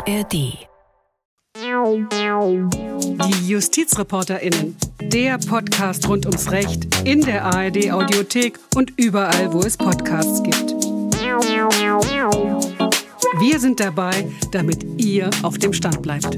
ARD. Die JustizreporterInnen. Der Podcast rund ums Recht in der ARD-Audiothek und überall, wo es Podcasts gibt. Wir sind dabei, damit ihr auf dem Stand bleibt.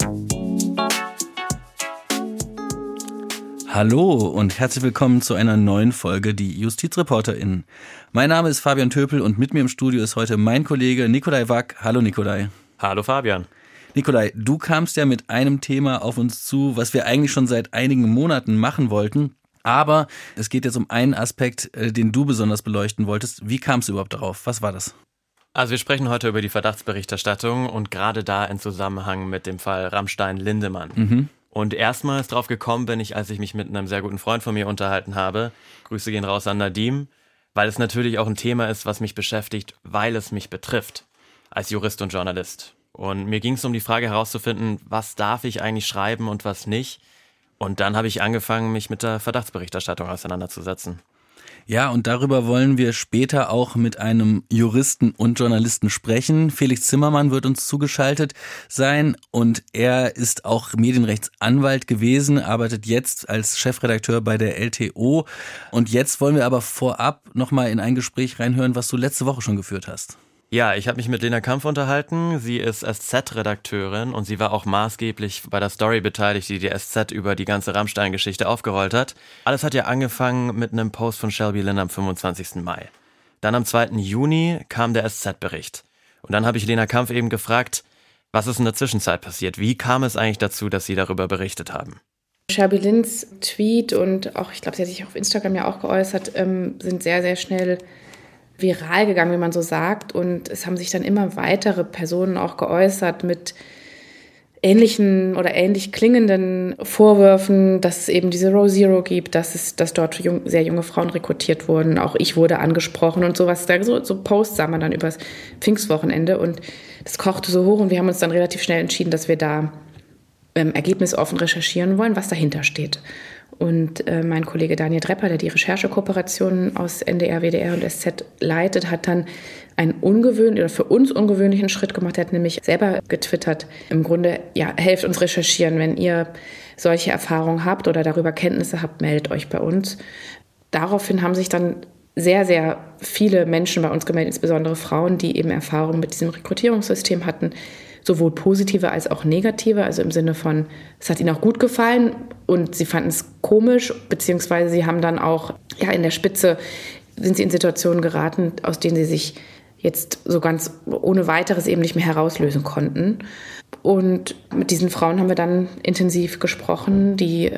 Hallo und herzlich willkommen zu einer neuen Folge Die JustizreporterInnen. Mein Name ist Fabian Töpel und mit mir im Studio ist heute mein Kollege Nikolai Wack. Hallo Nikolai. Hallo Fabian. Nikolai, du kamst ja mit einem Thema auf uns zu, was wir eigentlich schon seit einigen Monaten machen wollten. Aber es geht jetzt um einen Aspekt, den du besonders beleuchten wolltest. Wie kamst du überhaupt darauf? Was war das? Also wir sprechen heute über die Verdachtsberichterstattung und gerade da in Zusammenhang mit dem Fall Rammstein-Lindemann. Und erstmals drauf gekommen bin ich, als ich mich mit einem sehr guten Freund von mir unterhalten habe. Grüße gehen raus an Nadim, weil es natürlich auch ein Thema ist, was mich beschäftigt, weil es mich betrifft, als Jurist und Journalist. Und mir ging es um die Frage herauszufinden, was darf ich eigentlich schreiben und was nicht. Und dann habe ich angefangen, mich mit der Verdachtsberichterstattung auseinanderzusetzen. Ja, und darüber wollen wir später auch mit einem Juristen und Journalisten sprechen. Felix Zimmermann wird uns zugeschaltet sein und er ist auch Medienrechtsanwalt gewesen, arbeitet jetzt als Chefredakteur bei der LTO. Und jetzt wollen wir aber vorab nochmal in ein Gespräch reinhören, was du letzte Woche schon geführt hast. Ja, ich habe mich mit Lena Kampf unterhalten. Sie ist SZ-Redakteurin und sie war auch maßgeblich bei der Story beteiligt, die die SZ über die ganze Rammstein-Geschichte aufgerollt hat. Alles hat ja angefangen mit einem Post von Shelby Lynn am 25. Mai. Dann am 2. Juni kam der SZ-Bericht. Und dann habe ich Lena Kampf eben gefragt, was ist in der Zwischenzeit passiert? Wie kam es eigentlich dazu, dass Sie darüber berichtet haben? Shelby Lynns Tweet und auch, ich glaube, sie hat sich auf Instagram ja auch geäußert, sind sehr, sehr schnell viral gegangen, wie man so sagt. Und es haben sich dann immer weitere Personen auch geäußert mit ähnlichen oder ähnlich klingenden Vorwürfen, dass es eben diese Row Zero gibt, dass dort sehr junge Frauen rekrutiert wurden. Auch ich wurde angesprochen und sowas. So Posts sah man dann übers Pfingstwochenende und das kochte so hoch und wir haben uns dann relativ schnell entschieden, dass wir da ergebnisoffen recherchieren wollen, was dahinter steht. Und mein Kollege Daniel Drepper, der die Recherchekooperation aus NDR, WDR und SZ leitet, hat dann einen für uns ungewöhnlichen Schritt gemacht. Er hat nämlich selber getwittert, im Grunde, ja, helft uns recherchieren. Wenn ihr solche Erfahrungen habt oder darüber Kenntnisse habt, meldet euch bei uns. Daraufhin haben sich dann sehr, sehr viele Menschen bei uns gemeldet, insbesondere Frauen, die eben Erfahrungen mit diesem Rekrutierungssystem hatten, sowohl positive als auch negative, also im Sinne von, es hat ihnen auch gut gefallen und sie fanden es komisch, beziehungsweise sie haben dann auch, ja, in der Spitze sind sie in Situationen geraten, aus denen sie sich jetzt so ganz ohne weiteres eben nicht mehr herauslösen konnten. Und mit diesen Frauen haben wir dann intensiv gesprochen, die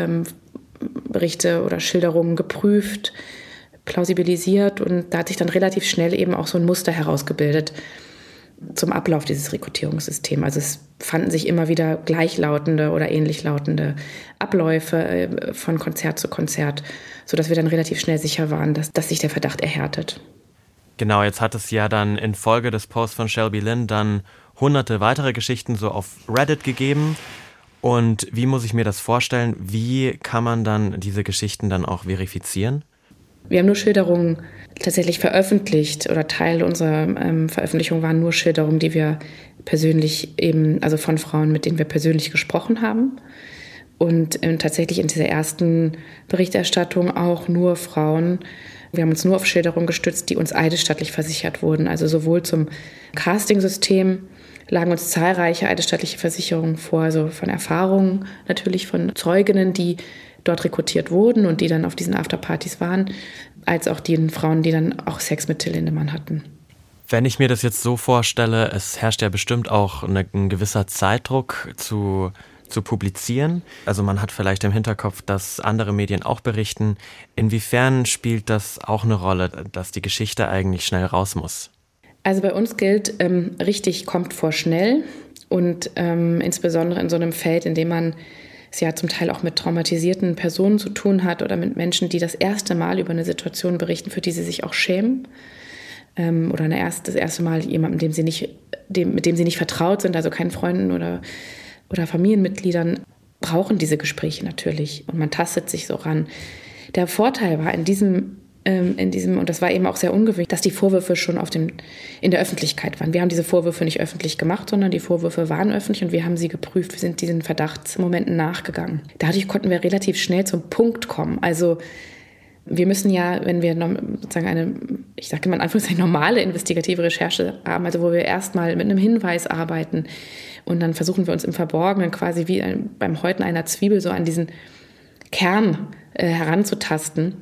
Berichte oder Schilderungen geprüft, plausibilisiert und da hat sich dann relativ schnell eben auch so ein Muster herausgebildet zum Ablauf dieses Rekrutierungssystems. Also es fanden sich immer wieder gleichlautende oder ähnlich lautende Abläufe von Konzert zu Konzert, sodass wir dann relativ schnell sicher waren, dass sich der Verdacht erhärtet. Genau, jetzt hat es ja dann in Folge des Posts von Shelby Lynn dann hunderte weitere Geschichten so auf Reddit gegeben. Und wie muss ich mir das vorstellen? Wie kann man dann diese Geschichten dann auch verifizieren? Wir haben nur Schilderungen tatsächlich veröffentlicht oder Teil unserer Veröffentlichung waren nur Schilderungen, die wir persönlich eben, also von Frauen, mit denen wir persönlich gesprochen haben. Und tatsächlich in dieser ersten Berichterstattung auch nur Frauen. Wir haben uns nur auf Schilderungen gestützt, die uns eidesstattlich versichert wurden. Also sowohl zum Castingsystem lagen uns zahlreiche eidesstattliche Versicherungen vor, also von Erfahrungen natürlich von Zeuginnen, die dort rekrutiert wurden und die dann auf diesen Afterpartys waren, als auch den Frauen, die dann auch Sex mit Till Lindemann hatten. Wenn ich mir das jetzt so vorstelle, es herrscht ja bestimmt auch ein gewisser Zeitdruck zu publizieren. Also man hat vielleicht im Hinterkopf, dass andere Medien auch berichten. Inwiefern spielt das auch eine Rolle, dass die Geschichte eigentlich schnell raus muss? Also bei uns gilt, richtig kommt vor schnell und insbesondere in so einem Feld, in dem man es ja zum Teil auch mit traumatisierten Personen zu tun hat oder mit Menschen, die das erste Mal über eine Situation berichten, für die sie sich auch schämen. Oder das erste Mal jemandem, mit dem sie nicht vertraut sind, also keinen Freunden oder Familienmitgliedern, brauchen diese Gespräche natürlich. Und man tastet sich so ran. Der Vorteil war in diesem und das war eben auch sehr ungewöhnlich, dass die Vorwürfe schon in der Öffentlichkeit waren. Wir haben diese Vorwürfe nicht öffentlich gemacht, sondern die Vorwürfe waren öffentlich und wir haben sie geprüft. Wir sind diesen Verdachtsmomenten nachgegangen. Dadurch konnten wir relativ schnell zum Punkt kommen. Also wir müssen ja, wenn wir sozusagen eine, ich sage mal in Anführungszeichen, normale investigative Recherche haben, also wo wir erstmal mit einem Hinweis arbeiten und dann versuchen wir uns im Verborgenen quasi wie beim Häuten einer Zwiebel so an diesen Kern heranzutasten,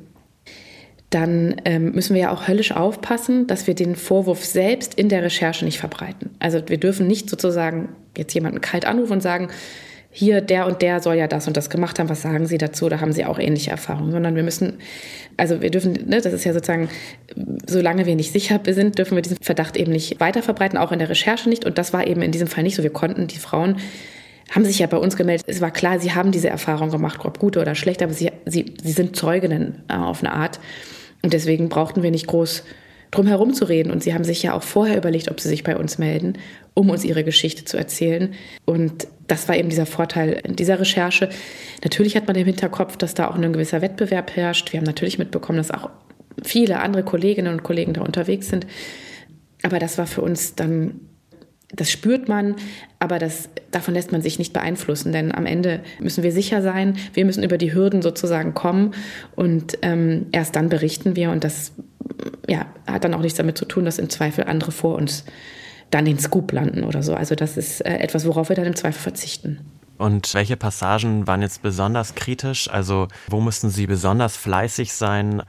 dann müssen wir ja auch höllisch aufpassen, dass wir den Vorwurf selbst in der Recherche nicht verbreiten. Also wir dürfen nicht sozusagen jetzt jemanden kalt anrufen und sagen, hier, der und der soll ja das und das gemacht haben, was sagen Sie dazu, da haben Sie auch ähnliche Erfahrungen, sondern wir dürfen, das ist ja sozusagen, solange wir nicht sicher sind, dürfen wir diesen Verdacht eben nicht weiter verbreiten, auch in der Recherche nicht, und das war eben in diesem Fall nicht so. Die Frauen haben sich ja bei uns gemeldet, es war klar, sie haben diese Erfahrung gemacht, ob gute oder schlecht, aber sie sind Zeuginnen auf eine Art, und deswegen brauchten wir nicht groß drum herum zu reden. Und sie haben sich ja auch vorher überlegt, ob sie sich bei uns melden, um uns ihre Geschichte zu erzählen. Und das war eben dieser Vorteil in dieser Recherche. Natürlich hat man im Hinterkopf, dass da auch ein gewisser Wettbewerb herrscht. Wir haben natürlich mitbekommen, dass auch viele andere Kolleginnen und Kollegen da unterwegs sind. Aber das war für uns dann, das spürt man, aber davon lässt man sich nicht beeinflussen. Denn am Ende müssen wir sicher sein, wir müssen über die Hürden sozusagen kommen und erst dann berichten wir. Und das hat dann auch nichts damit zu tun, dass im Zweifel andere vor uns dann den Scoop landen oder so. Also das ist etwas, worauf wir dann im Zweifel verzichten. Und welche Passagen waren jetzt besonders kritisch? Also wo mussten Sie besonders fleißig sein,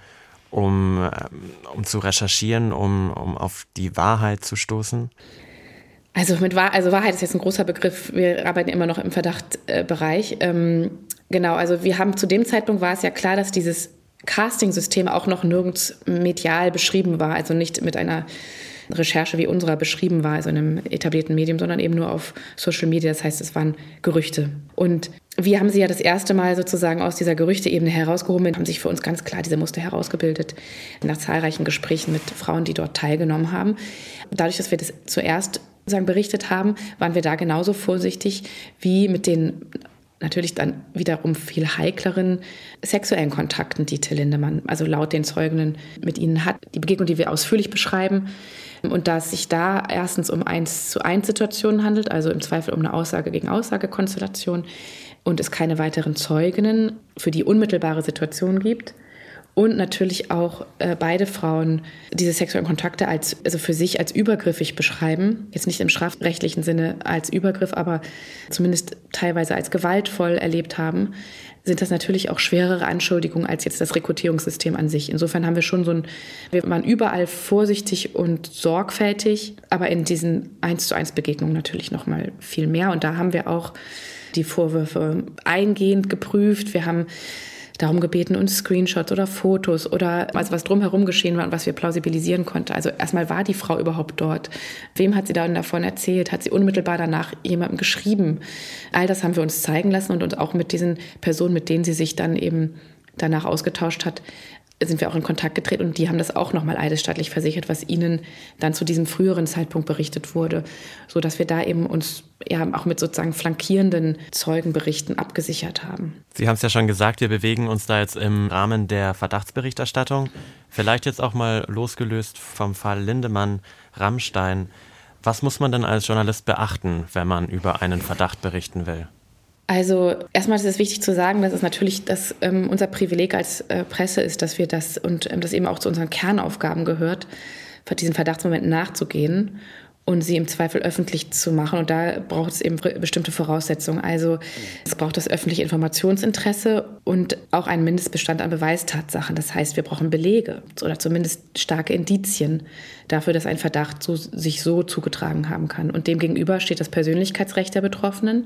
um zu recherchieren, um auf die Wahrheit zu stoßen? Also Wahrheit ist jetzt ein großer Begriff. Wir arbeiten immer noch im Verdachtbereich. Genau, also wir haben zu dem Zeitpunkt war es ja klar, dass dieses Casting-System auch noch nirgends medial beschrieben war, also nicht mit einer Recherche wie unserer beschrieben war, also in einem etablierten Medium, sondern eben nur auf Social Media. Das heißt, es waren Gerüchte. Und wir haben sie ja das erste Mal sozusagen aus dieser Gerüchteebene herausgehoben, haben sich für uns ganz klar diese Muster herausgebildet, nach zahlreichen Gesprächen mit Frauen, die dort teilgenommen haben. Dadurch, dass wir das zuerst berichtet haben, waren wir da genauso vorsichtig wie mit den natürlich dann wiederum viel heikleren sexuellen Kontakten, die Till Lindemann, also laut den Zeuginnen, mit ihnen hat. Die Begegnung, die wir ausführlich beschreiben. Und da es sich da erstens um 1:1 Situationen handelt, also im Zweifel um eine Aussage-gegen-Aussage-Konstellation und es keine weiteren Zeuginnen für die unmittelbare Situation gibt. Und natürlich auch beide Frauen diese sexuellen Kontakte für sich als übergriffig beschreiben. Jetzt nicht im strafrechtlichen Sinne als Übergriff, aber zumindest teilweise als gewaltvoll erlebt haben, sind das natürlich auch schwerere Anschuldigungen als jetzt das Rekrutierungssystem an sich. Insofern haben wir wir waren überall vorsichtig und sorgfältig, aber in diesen 1:1 Begegnungen natürlich noch mal viel mehr. Und da haben wir auch die Vorwürfe eingehend geprüft. Wir haben darum gebeten, uns Screenshots oder Fotos oder was drumherum geschehen war und was wir plausibilisieren konnten. Also erstmal, war die Frau überhaupt dort? Wem hat sie dann davon erzählt? Hat sie unmittelbar danach jemandem geschrieben? All das haben wir uns zeigen lassen und uns auch mit diesen Personen, mit denen sie sich dann eben danach ausgetauscht hat, sind wir auch in Kontakt getreten und die haben das auch nochmal eidesstattlich versichert, was ihnen dann zu diesem früheren Zeitpunkt berichtet wurde, sodass wir da eben uns auch mit sozusagen flankierenden Zeugenberichten abgesichert haben. Sie haben es ja schon gesagt, wir bewegen uns da jetzt im Rahmen der Verdachtsberichterstattung. Vielleicht jetzt auch mal losgelöst vom Fall Lindemann-Rammstein. Was muss man denn als Journalist beachten, wenn man über einen Verdacht berichten will? Also erstmal ist es wichtig zu sagen, dass es natürlich unser Privileg als Presse ist, dass wir das und das eben auch zu unseren Kernaufgaben gehört, für diesen Verdachtsmomenten nachzugehen und sie im Zweifel öffentlich zu machen. Und da braucht es eben bestimmte Voraussetzungen. Also es braucht das öffentliche Informationsinteresse und auch einen Mindestbestand an Beweistatsachen. Das heißt, wir brauchen Belege oder zumindest starke Indizien dafür, dass ein Verdacht sich so zugetragen haben kann. Und demgegenüber steht das Persönlichkeitsrecht der Betroffenen.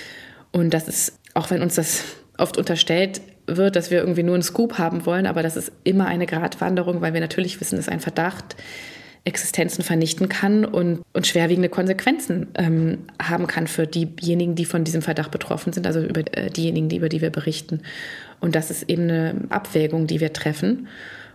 Und das ist, auch wenn uns das oft unterstellt wird, dass wir irgendwie nur einen Scoop haben wollen, aber das ist immer eine Gratwanderung, weil wir natürlich wissen, dass ein Verdacht Existenzen vernichten kann und schwerwiegende Konsequenzen haben kann für diejenigen, die von diesem Verdacht betroffen sind, also über diejenigen, über die wir berichten. Und das ist eben eine Abwägung, die wir treffen.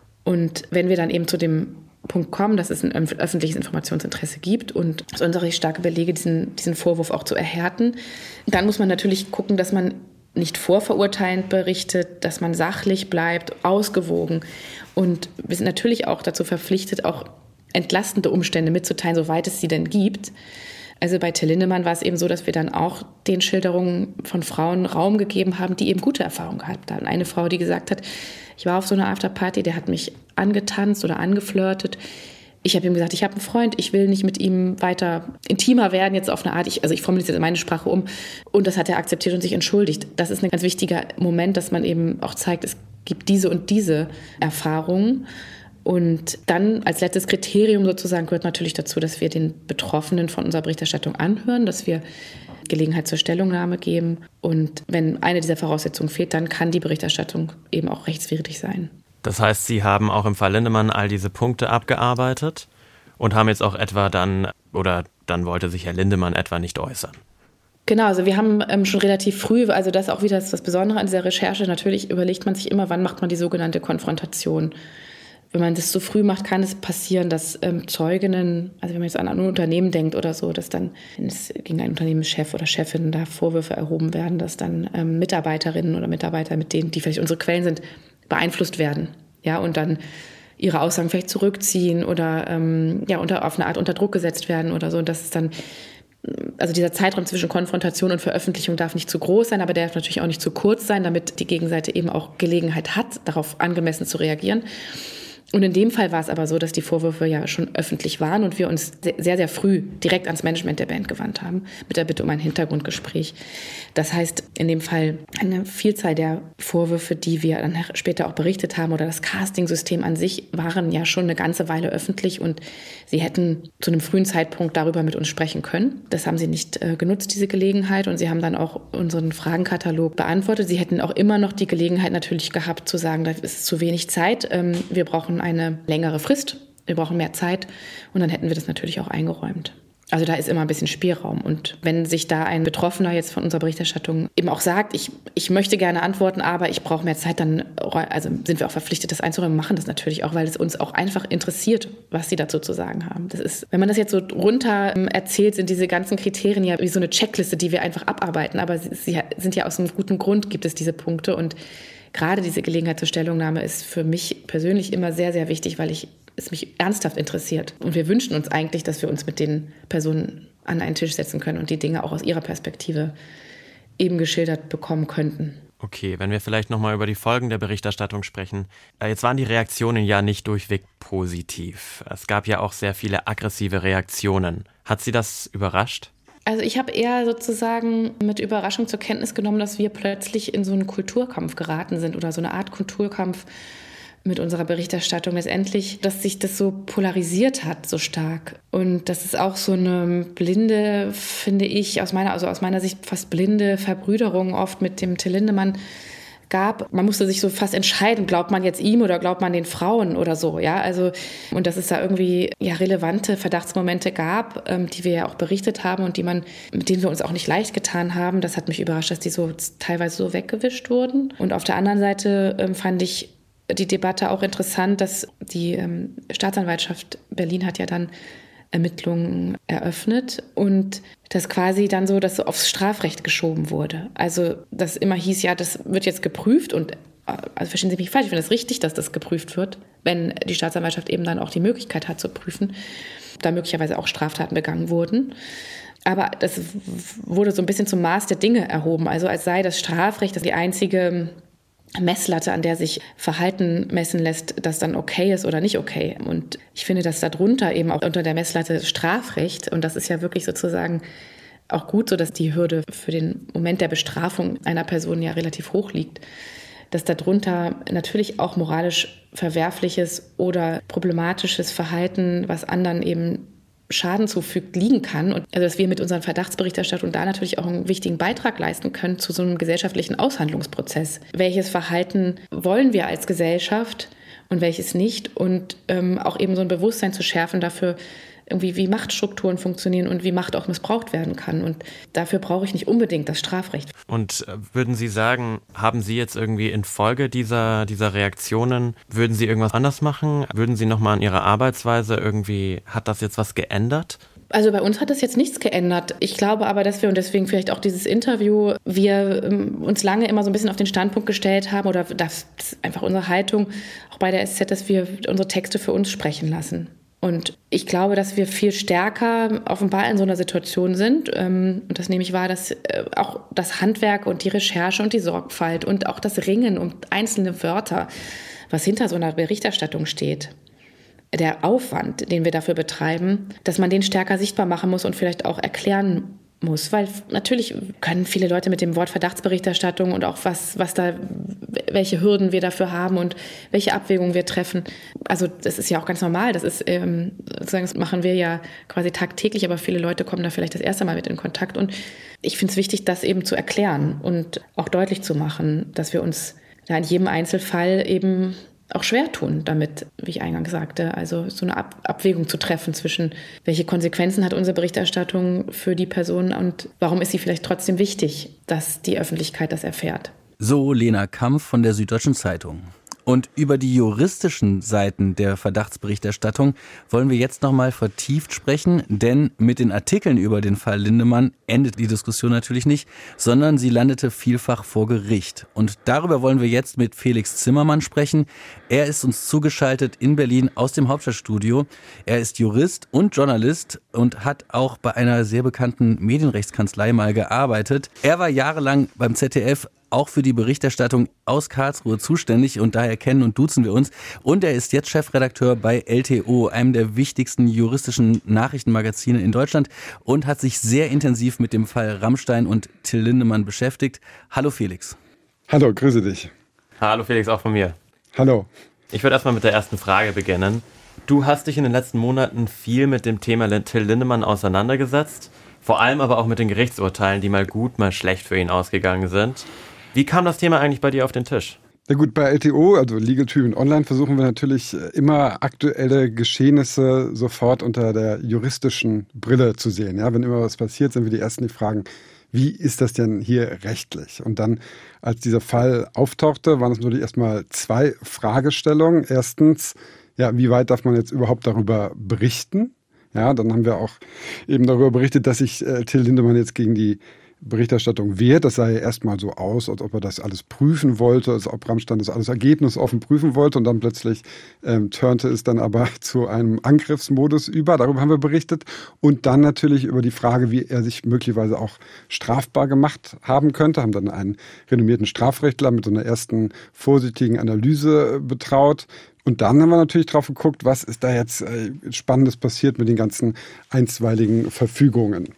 Und wenn wir dann eben zu dem Punkt kommen, dass es ein öffentliches Informationsinteresse gibt und unsere starke Belege, diesen Vorwurf auch zu erhärten, dann muss man natürlich gucken, dass man nicht vorverurteilend berichtet, dass man sachlich bleibt, ausgewogen. Und wir sind natürlich auch dazu verpflichtet, auch entlastende Umstände mitzuteilen, soweit es sie denn gibt. Also bei Till Lindemann war es eben so, dass wir dann auch den Schilderungen von Frauen Raum gegeben haben, die eben gute Erfahrungen gehabt haben. Eine Frau, die gesagt hat, ich war auf so einer Afterparty, der hat mich angetanzt oder angeflirtet. Ich habe ihm gesagt, ich habe einen Freund, ich will nicht mit ihm weiter intimer werden, jetzt auf eine Art, ich formuliere jetzt meine Sprache um. Und das hat er akzeptiert und sich entschuldigt. Das ist ein ganz wichtiger Moment, dass man eben auch zeigt, es gibt diese und diese Erfahrungen. Und dann als letztes Kriterium sozusagen gehört natürlich dazu, dass wir den Betroffenen von unserer Berichterstattung anhören, dass wir Gelegenheit zur Stellungnahme geben. Und wenn eine dieser Voraussetzungen fehlt, dann kann die Berichterstattung eben auch rechtswidrig sein. Das heißt, Sie haben auch im Fall Lindemann all diese Punkte abgearbeitet und haben jetzt auch dann wollte sich Herr Lindemann etwa nicht äußern. Genau, also wir haben schon relativ früh, also das ist auch wieder das Besondere an dieser Recherche, natürlich überlegt man sich immer, wann macht man die sogenannte Konfrontation. Wenn man das so früh macht, kann es passieren, dass Zeuginnen, also wenn man jetzt an ein Unternehmen denkt oder so, dass dann, wenn es gegen einen Unternehmenschef oder Chefin da Vorwürfe erhoben werden, dass dann Mitarbeiterinnen oder Mitarbeiter, mit denen, die vielleicht unsere Quellen sind, beeinflusst werden. Ja, und dann ihre Aussagen vielleicht zurückziehen oder auf eine Art unter Druck gesetzt werden oder so. Und das ist dann, also dieser Zeitraum zwischen Konfrontation und Veröffentlichung darf nicht zu groß sein, aber der darf natürlich auch nicht zu kurz sein, damit die Gegenseite eben auch Gelegenheit hat, darauf angemessen zu reagieren. Und in dem Fall war es aber so, dass die Vorwürfe ja schon öffentlich waren und wir uns sehr, sehr früh direkt ans Management der Band gewandt haben, mit der Bitte um ein Hintergrundgespräch. Das heißt, in dem Fall eine Vielzahl der Vorwürfe, die wir dann später auch berichtet haben, oder das Castingsystem an sich, waren ja schon eine ganze Weile öffentlich und sie hätten zu einem frühen Zeitpunkt darüber mit uns sprechen können. Das haben sie nicht genutzt, diese Gelegenheit, und sie haben dann auch unseren Fragenkatalog beantwortet. Sie hätten auch immer noch die Gelegenheit natürlich gehabt zu sagen, da ist zu wenig Zeit, wir brauchen eine längere Frist, wir brauchen mehr Zeit, und dann hätten wir das natürlich auch eingeräumt. Also da ist immer ein bisschen Spielraum, und wenn sich da ein Betroffener jetzt von unserer Berichterstattung eben auch sagt, ich möchte gerne antworten, aber ich brauche mehr Zeit, dann sind wir auch verpflichtet, das einzuräumen, machen das natürlich auch, weil es uns auch einfach interessiert, was sie dazu zu sagen haben. Das ist, wenn man das jetzt so runter erzählt, sind diese ganzen Kriterien ja wie so eine Checkliste, die wir einfach abarbeiten, aber sie sind ja aus einem guten Grund, gibt es diese Punkte, und gerade diese Gelegenheit zur Stellungnahme ist für mich persönlich immer sehr, sehr wichtig, weil es mich ernsthaft interessiert. Und wir wünschen uns eigentlich, dass wir uns mit den Personen an einen Tisch setzen können und die Dinge auch aus ihrer Perspektive eben geschildert bekommen könnten. Okay, wenn wir vielleicht nochmal über die Folgen der Berichterstattung sprechen. Jetzt waren die Reaktionen ja nicht durchweg positiv. Es gab ja auch sehr viele aggressive Reaktionen. Hat Sie das überrascht? Also ich habe eher sozusagen mit Überraschung zur Kenntnis genommen, dass wir plötzlich in so einen Kulturkampf geraten sind oder so eine Art Kulturkampf mit unserer Berichterstattung letztendlich, dass sich das so polarisiert hat so stark. Und das ist auch so eine blinde, finde ich, aus meiner Sicht fast blinde Verbrüderung oft mit dem Till Lindemann gab. Man musste sich so fast entscheiden, glaubt man jetzt ihm oder glaubt man den Frauen oder so, ja, also, und dass es da irgendwie relevante Verdachtsmomente gab, die wir ja auch berichtet haben und mit denen wir uns auch nicht leicht getan haben. Das hat mich überrascht, dass die so teilweise so weggewischt wurden. Und auf der anderen Seite fand ich die Debatte auch interessant, dass die Staatsanwaltschaft Berlin hat ja dann Ermittlungen eröffnet und das quasi dann so, dass so aufs Strafrecht geschoben wurde. Also das immer hieß, ja, das wird jetzt geprüft und, also verstehen Sie mich falsch, ich finde es richtig, dass das geprüft wird, wenn die Staatsanwaltschaft eben dann auch die Möglichkeit hat zu prüfen, da möglicherweise auch Straftaten begangen wurden. Aber das wurde so ein bisschen zum Maß der Dinge erhoben, also als sei das Strafrecht das die einzige Messlatte, an der sich Verhalten messen lässt, das dann okay ist oder nicht okay. Und ich finde, dass darunter eben auch unter der Messlatte Strafrecht, und das ist ja wirklich sozusagen auch gut so, dass die Hürde für den Moment der Bestrafung einer Person ja relativ hoch liegt, dass darunter natürlich auch moralisch verwerfliches oder problematisches Verhalten, was anderen eben Schaden zufügt, liegen kann. Und also, dass wir mit unseren Verdachtsberichterstattungen da natürlich auch einen wichtigen Beitrag leisten können zu so einem gesellschaftlichen Aushandlungsprozess. Welches Verhalten wollen wir als Gesellschaft und welches nicht? Und auch eben so ein Bewusstsein zu schärfen dafür, irgendwie wie Machtstrukturen funktionieren und wie Macht auch missbraucht werden kann. Und dafür brauche ich nicht unbedingt das Strafrecht. Und würden Sie sagen, haben Sie jetzt irgendwie infolge dieser Reaktionen, würden Sie irgendwas anders machen? Würden Sie nochmal an Ihrer Arbeitsweise irgendwie, hat das jetzt was geändert? Also bei uns hat das jetzt nichts geändert. Ich glaube aber, dass wir, und deswegen vielleicht auch dieses Interview, wir uns lange immer so ein bisschen auf den Standpunkt gestellt haben, oder das ist einfach unsere Haltung, auch bei der SZ, dass wir unsere Texte für uns sprechen lassen. Und ich glaube, dass wir viel stärker offenbar in so einer Situation sind. Und das nehme ich wahr, dass auch das Handwerk und die Recherche und die Sorgfalt und auch das Ringen um einzelne Wörter, was hinter so einer Berichterstattung steht, der Aufwand, den wir dafür betreiben, dass man den stärker sichtbar machen muss und vielleicht auch erklären muss. Weil natürlich können viele Leute mit dem Wort Verdachtsberichterstattung und auch welche Hürden wir dafür haben und welche Abwägungen wir treffen. Also das ist ja auch ganz normal. Das ist sozusagen, das machen wir ja quasi tagtäglich, aber viele Leute kommen da vielleicht das erste Mal mit in Kontakt. Und ich finde es wichtig, das eben zu erklären und auch deutlich zu machen, dass wir uns da in jedem Einzelfall eben auch schwer tun damit, wie ich eingangs sagte, also so eine Abwägung zu treffen zwischen, welche Konsequenzen hat unsere Berichterstattung für die Person und warum ist sie vielleicht trotzdem wichtig, dass die Öffentlichkeit das erfährt. So Lena Kampf von der Süddeutschen Zeitung. Und über die juristischen Seiten der Verdachtsberichterstattung wollen wir jetzt nochmal vertieft sprechen, denn mit den Artikeln über den Fall Lindemann endet die Diskussion natürlich nicht, sondern sie landete vielfach vor Gericht. Und darüber wollen wir jetzt mit Felix Zimmermann sprechen. Er ist uns zugeschaltet in Berlin aus dem Hauptstadtstudio. Er ist Jurist und Journalist und hat auch bei einer sehr bekannten Medienrechtskanzlei mal gearbeitet. Er war jahrelang beim ZDF auch für die Berichterstattung aus Karlsruhe zuständig und daher kennen und duzen wir uns. Und er ist jetzt Chefredakteur bei LTO, einem der wichtigsten juristischen Nachrichtenmagazine in Deutschland und hat sich sehr intensiv mit dem Fall Rammstein und Till Lindemann beschäftigt. Hallo Felix. Hallo, grüße dich. Hallo Felix, auch von mir. Hallo. Ich würde erstmal mit der ersten Frage beginnen. Du hast dich in den letzten Monaten viel mit dem Thema Till Lindemann auseinandergesetzt, vor allem aber auch mit den Gerichtsurteilen, die mal gut, mal schlecht für ihn ausgegangen sind. Wie kam das Thema eigentlich bei dir auf den Tisch? Na gut, bei LTO, also Legal Tribune Online, versuchen wir natürlich immer aktuelle Geschehnisse sofort unter der juristischen Brille zu sehen. Ja, wenn immer was passiert, sind wir die Ersten, die fragen, wie ist das denn hier rechtlich? Und dann, als dieser Fall auftauchte, waren es natürlich erstmal zwei Fragestellungen. Erstens, ja, wie weit darf man jetzt überhaupt darüber berichten? Ja, dann haben wir auch eben darüber berichtet, dass sich Till Lindemann jetzt gegen die Berichterstattung wehrt. Das sah ja erstmal so aus, als ob er das alles prüfen wollte, als ob Rammstein das alles ergebnisoffen prüfen wollte und dann plötzlich turnte es dann aber zu einem Angriffsmodus über. Darüber haben wir berichtet und dann natürlich über die Frage, wie er sich möglicherweise auch strafbar gemacht haben könnte. Haben dann einen renommierten Strafrechtler mit so einer ersten vorsichtigen Analyse betraut. Und dann haben wir natürlich drauf geguckt, was ist da jetzt Spannendes passiert mit den ganzen einstweiligen Verfügungen.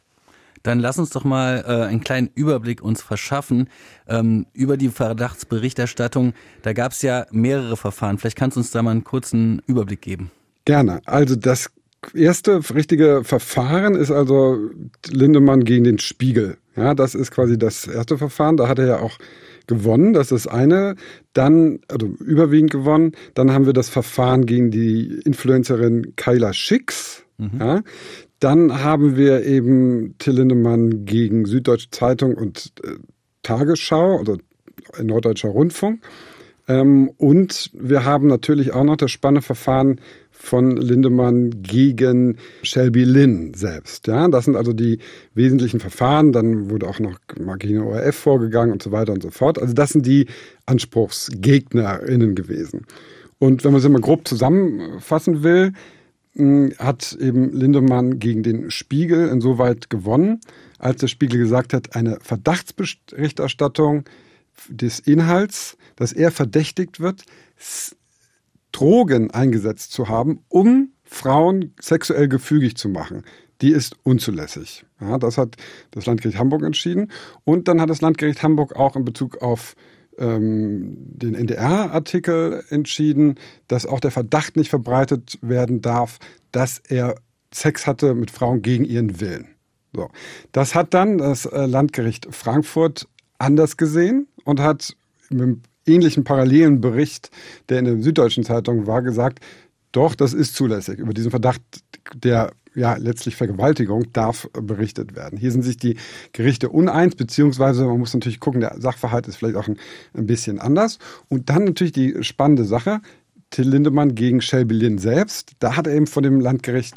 Dann lass uns doch mal einen kleinen Überblick uns verschaffen über die Verdachtsberichterstattung. Da gab es ja mehrere Verfahren. Vielleicht kannst du uns da mal einen kurzen Überblick geben. Gerne. Also das erste richtige Verfahren ist also Lindemann gegen den Spiegel. Ja, das ist quasi das erste Verfahren. Da hat er ja auch gewonnen. Das ist eine. Dann, also überwiegend gewonnen. Dann haben wir das Verfahren gegen die Influencerin Kayla Schicks. Ja. Dann haben wir eben Till Lindemann gegen Süddeutsche Zeitung und Tagesschau oder Norddeutscher Rundfunk. Und wir haben natürlich auch noch das spannende Verfahren von Lindemann gegen Shelby Lynn selbst. Ja, das sind also die wesentlichen Verfahren. Dann wurde auch noch mal gegen den ORF vorgegangen und so weiter und so fort. Also das sind die AnspruchsgegnerInnen gewesen. Und wenn man es immer grob zusammenfassen will, hat eben Lindemann gegen den Spiegel insoweit gewonnen, als der Spiegel gesagt hat, eine Verdachtsberichterstattung des Inhalts, dass er verdächtigt wird, Drogen eingesetzt zu haben, um Frauen sexuell gefügig zu machen. Die ist unzulässig. Ja, das hat das Landgericht Hamburg entschieden. Und dann hat das Landgericht Hamburg auch in Bezug auf den NDR-Artikel entschieden, dass auch der Verdacht nicht verbreitet werden darf, dass er Sex hatte mit Frauen gegen ihren Willen. So. Das hat dann das Landgericht Frankfurt anders gesehen und hat mit einem ähnlichen parallelen Bericht, der in der Süddeutschen Zeitung war, gesagt, doch, das ist zulässig. Über diesen Verdacht der letztlich Vergewaltigung darf berichtet werden. Hier sind sich die Gerichte uneins, beziehungsweise man muss natürlich gucken, der Sachverhalt ist vielleicht auch ein bisschen anders. Und dann natürlich die spannende Sache, Till Lindemann gegen Shelby Lynn selbst. Da hat er eben vor dem Landgericht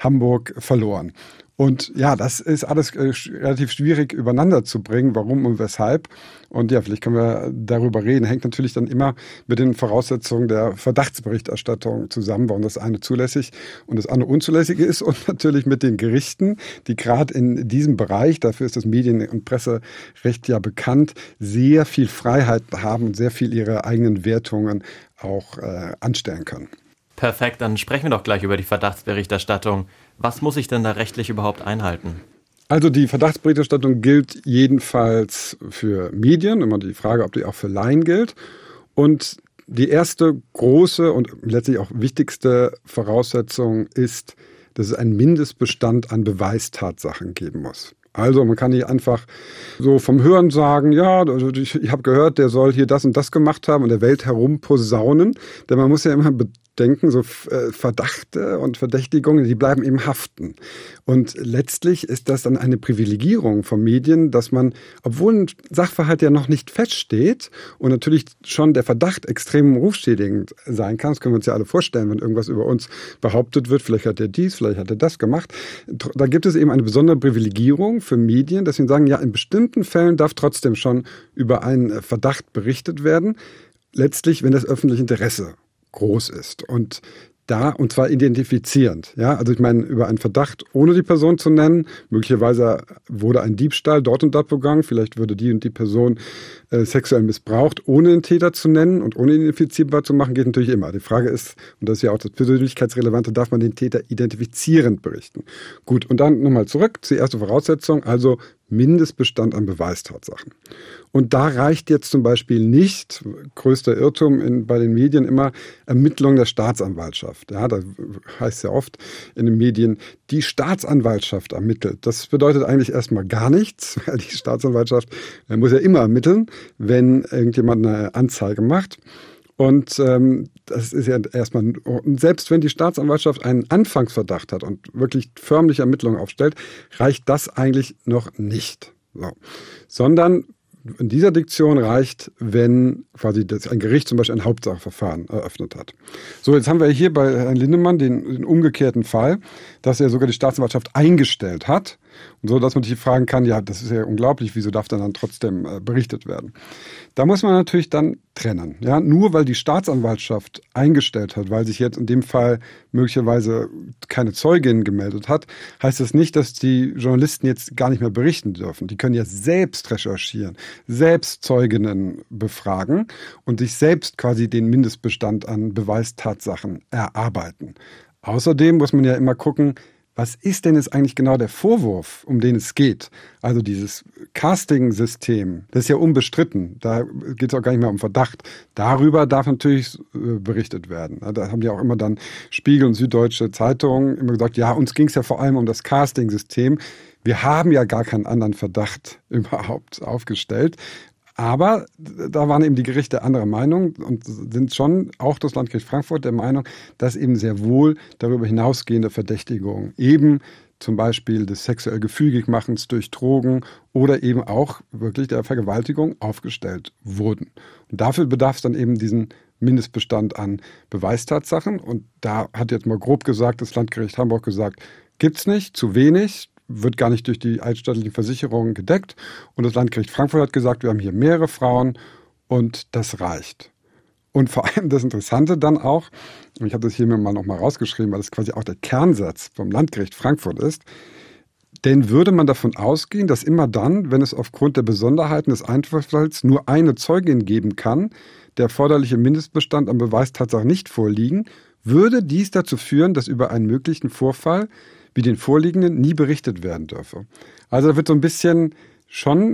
Hamburg verloren. Und ja, das ist alles relativ schwierig übereinander zu bringen, warum und weshalb. Und ja, vielleicht können wir darüber reden. Hängt natürlich dann immer mit den Voraussetzungen der Verdachtsberichterstattung zusammen, warum das eine zulässig und das andere unzulässig ist. Und natürlich mit den Gerichten, die gerade in diesem Bereich, dafür ist das Medien- und Presserecht ja bekannt, sehr viel Freiheit haben und sehr viel ihre eigenen Wertungen auch anstellen können. Perfekt, dann sprechen wir doch gleich über die Verdachtsberichterstattung. Was muss ich denn da rechtlich überhaupt einhalten? Also die Verdachtsberichterstattung gilt jedenfalls für Medien, immer die Frage, ob die auch für Laien gilt. Und die erste große und letztlich auch wichtigste Voraussetzung ist, dass es einen Mindestbestand an Beweistatsachen geben muss. Also man kann nicht einfach so vom Hören sagen, ja, ich habe gehört, der soll hier das und das gemacht haben und der Welt herum posaunen. Denn man muss ja immer bedenken, so Verdachte und Verdächtigungen, die bleiben eben haften. Und letztlich ist das dann eine Privilegierung von Medien, dass man, obwohl ein Sachverhalt ja noch nicht feststeht und natürlich schon der Verdacht extrem rufschädigend sein kann, das können wir uns ja alle vorstellen, wenn irgendwas über uns behauptet wird, vielleicht hat er dies, vielleicht hat er das gemacht, da gibt es eben eine besondere Privilegierung für Medien, dass sie sagen, ja, in bestimmten Fällen darf trotzdem schon über einen Verdacht berichtet werden, letztlich, wenn das öffentliche Interesse groß ist. Und zwar identifizierend. Ja, also ich meine, über einen Verdacht, ohne die Person zu nennen, möglicherweise wurde ein Diebstahl dort und dort begangen, vielleicht würde die und die Person sexuell missbraucht, ohne den Täter zu nennen und ohne identifizierbar zu machen, geht natürlich immer. Die Frage ist, und das ist ja auch das Persönlichkeitsrelevante, darf man den Täter identifizierend berichten? Gut, und dann nochmal zurück zur ersten Voraussetzung, also Mindestbestand an Beweistatsachen. Und da reicht jetzt zum Beispiel nicht, größter Irrtum bei den Medien immer, Ermittlung der Staatsanwaltschaft. Ja, da heißt es ja oft in den Medien, die Staatsanwaltschaft ermittelt. Das bedeutet eigentlich erstmal gar nichts, weil die Staatsanwaltschaft muss ja immer ermitteln, wenn irgendjemand eine Anzeige macht. Und das ist ja erstmal, selbst wenn die Staatsanwaltschaft einen Anfangsverdacht hat und wirklich förmliche Ermittlungen aufstellt, reicht das eigentlich noch nicht. So. Sondern in dieser Diktion reicht, wenn quasi ein Gericht zum Beispiel ein Hauptsachverfahren eröffnet hat. So, jetzt haben wir hier bei Herrn Lindemann den umgekehrten Fall, dass er sogar die Staatsanwaltschaft eingestellt hat. Und so, dass man sich fragen kann, ja, das ist ja unglaublich, wieso darf dann trotzdem berichtet werden? Da muss man natürlich dann trennen. Ja, nur weil die Staatsanwaltschaft eingestellt hat, weil sich jetzt in dem Fall möglicherweise keine Zeugin gemeldet hat, heißt das nicht, dass die Journalisten jetzt gar nicht mehr berichten dürfen. Die können ja selbst recherchieren, selbst Zeuginnen befragen und sich selbst quasi den Mindestbestand an Beweistatsachen erarbeiten. Außerdem muss man ja immer gucken, was ist denn jetzt eigentlich genau der Vorwurf, um den es geht? Also dieses Casting-System, das ist ja unbestritten. Da geht es auch gar nicht mehr um Verdacht. Darüber darf natürlich berichtet werden. Da haben die auch immer dann Spiegel und Süddeutsche Zeitungen immer gesagt, ja, uns ging es ja vor allem um das Casting-System. Wir haben ja gar keinen anderen Verdacht überhaupt aufgestellt. Aber da waren eben die Gerichte anderer Meinung und sind schon auch das Landgericht Frankfurt der Meinung, dass eben sehr wohl darüber hinausgehende Verdächtigungen, eben zum Beispiel des sexuell Gefügigmachens durch Drogen oder eben auch wirklich der Vergewaltigung aufgestellt wurden. Und dafür bedarf es dann eben diesen Mindestbestand an Beweistatsachen. Und da hat jetzt mal grob gesagt, das Landgericht Hamburg gesagt, gibt's nicht, zu wenig, wird gar nicht durch die eidstaatlichen Versicherungen gedeckt. Und das Landgericht Frankfurt hat gesagt, wir haben hier mehrere Frauen und das reicht. Und vor allem das Interessante dann auch, und ich habe das hier mir mal nochmal rausgeschrieben, weil das quasi auch der Kernsatz vom Landgericht Frankfurt ist, denn würde man davon ausgehen, dass immer dann, wenn es aufgrund der Besonderheiten des Einzelfalls nur eine Zeugin geben kann, der erforderliche Mindestbestand an Beweistatsachen nicht vorliegen, würde dies dazu führen, dass über einen möglichen Vorfall wie den vorliegenden nie berichtet werden dürfe. Also da wird so ein bisschen schon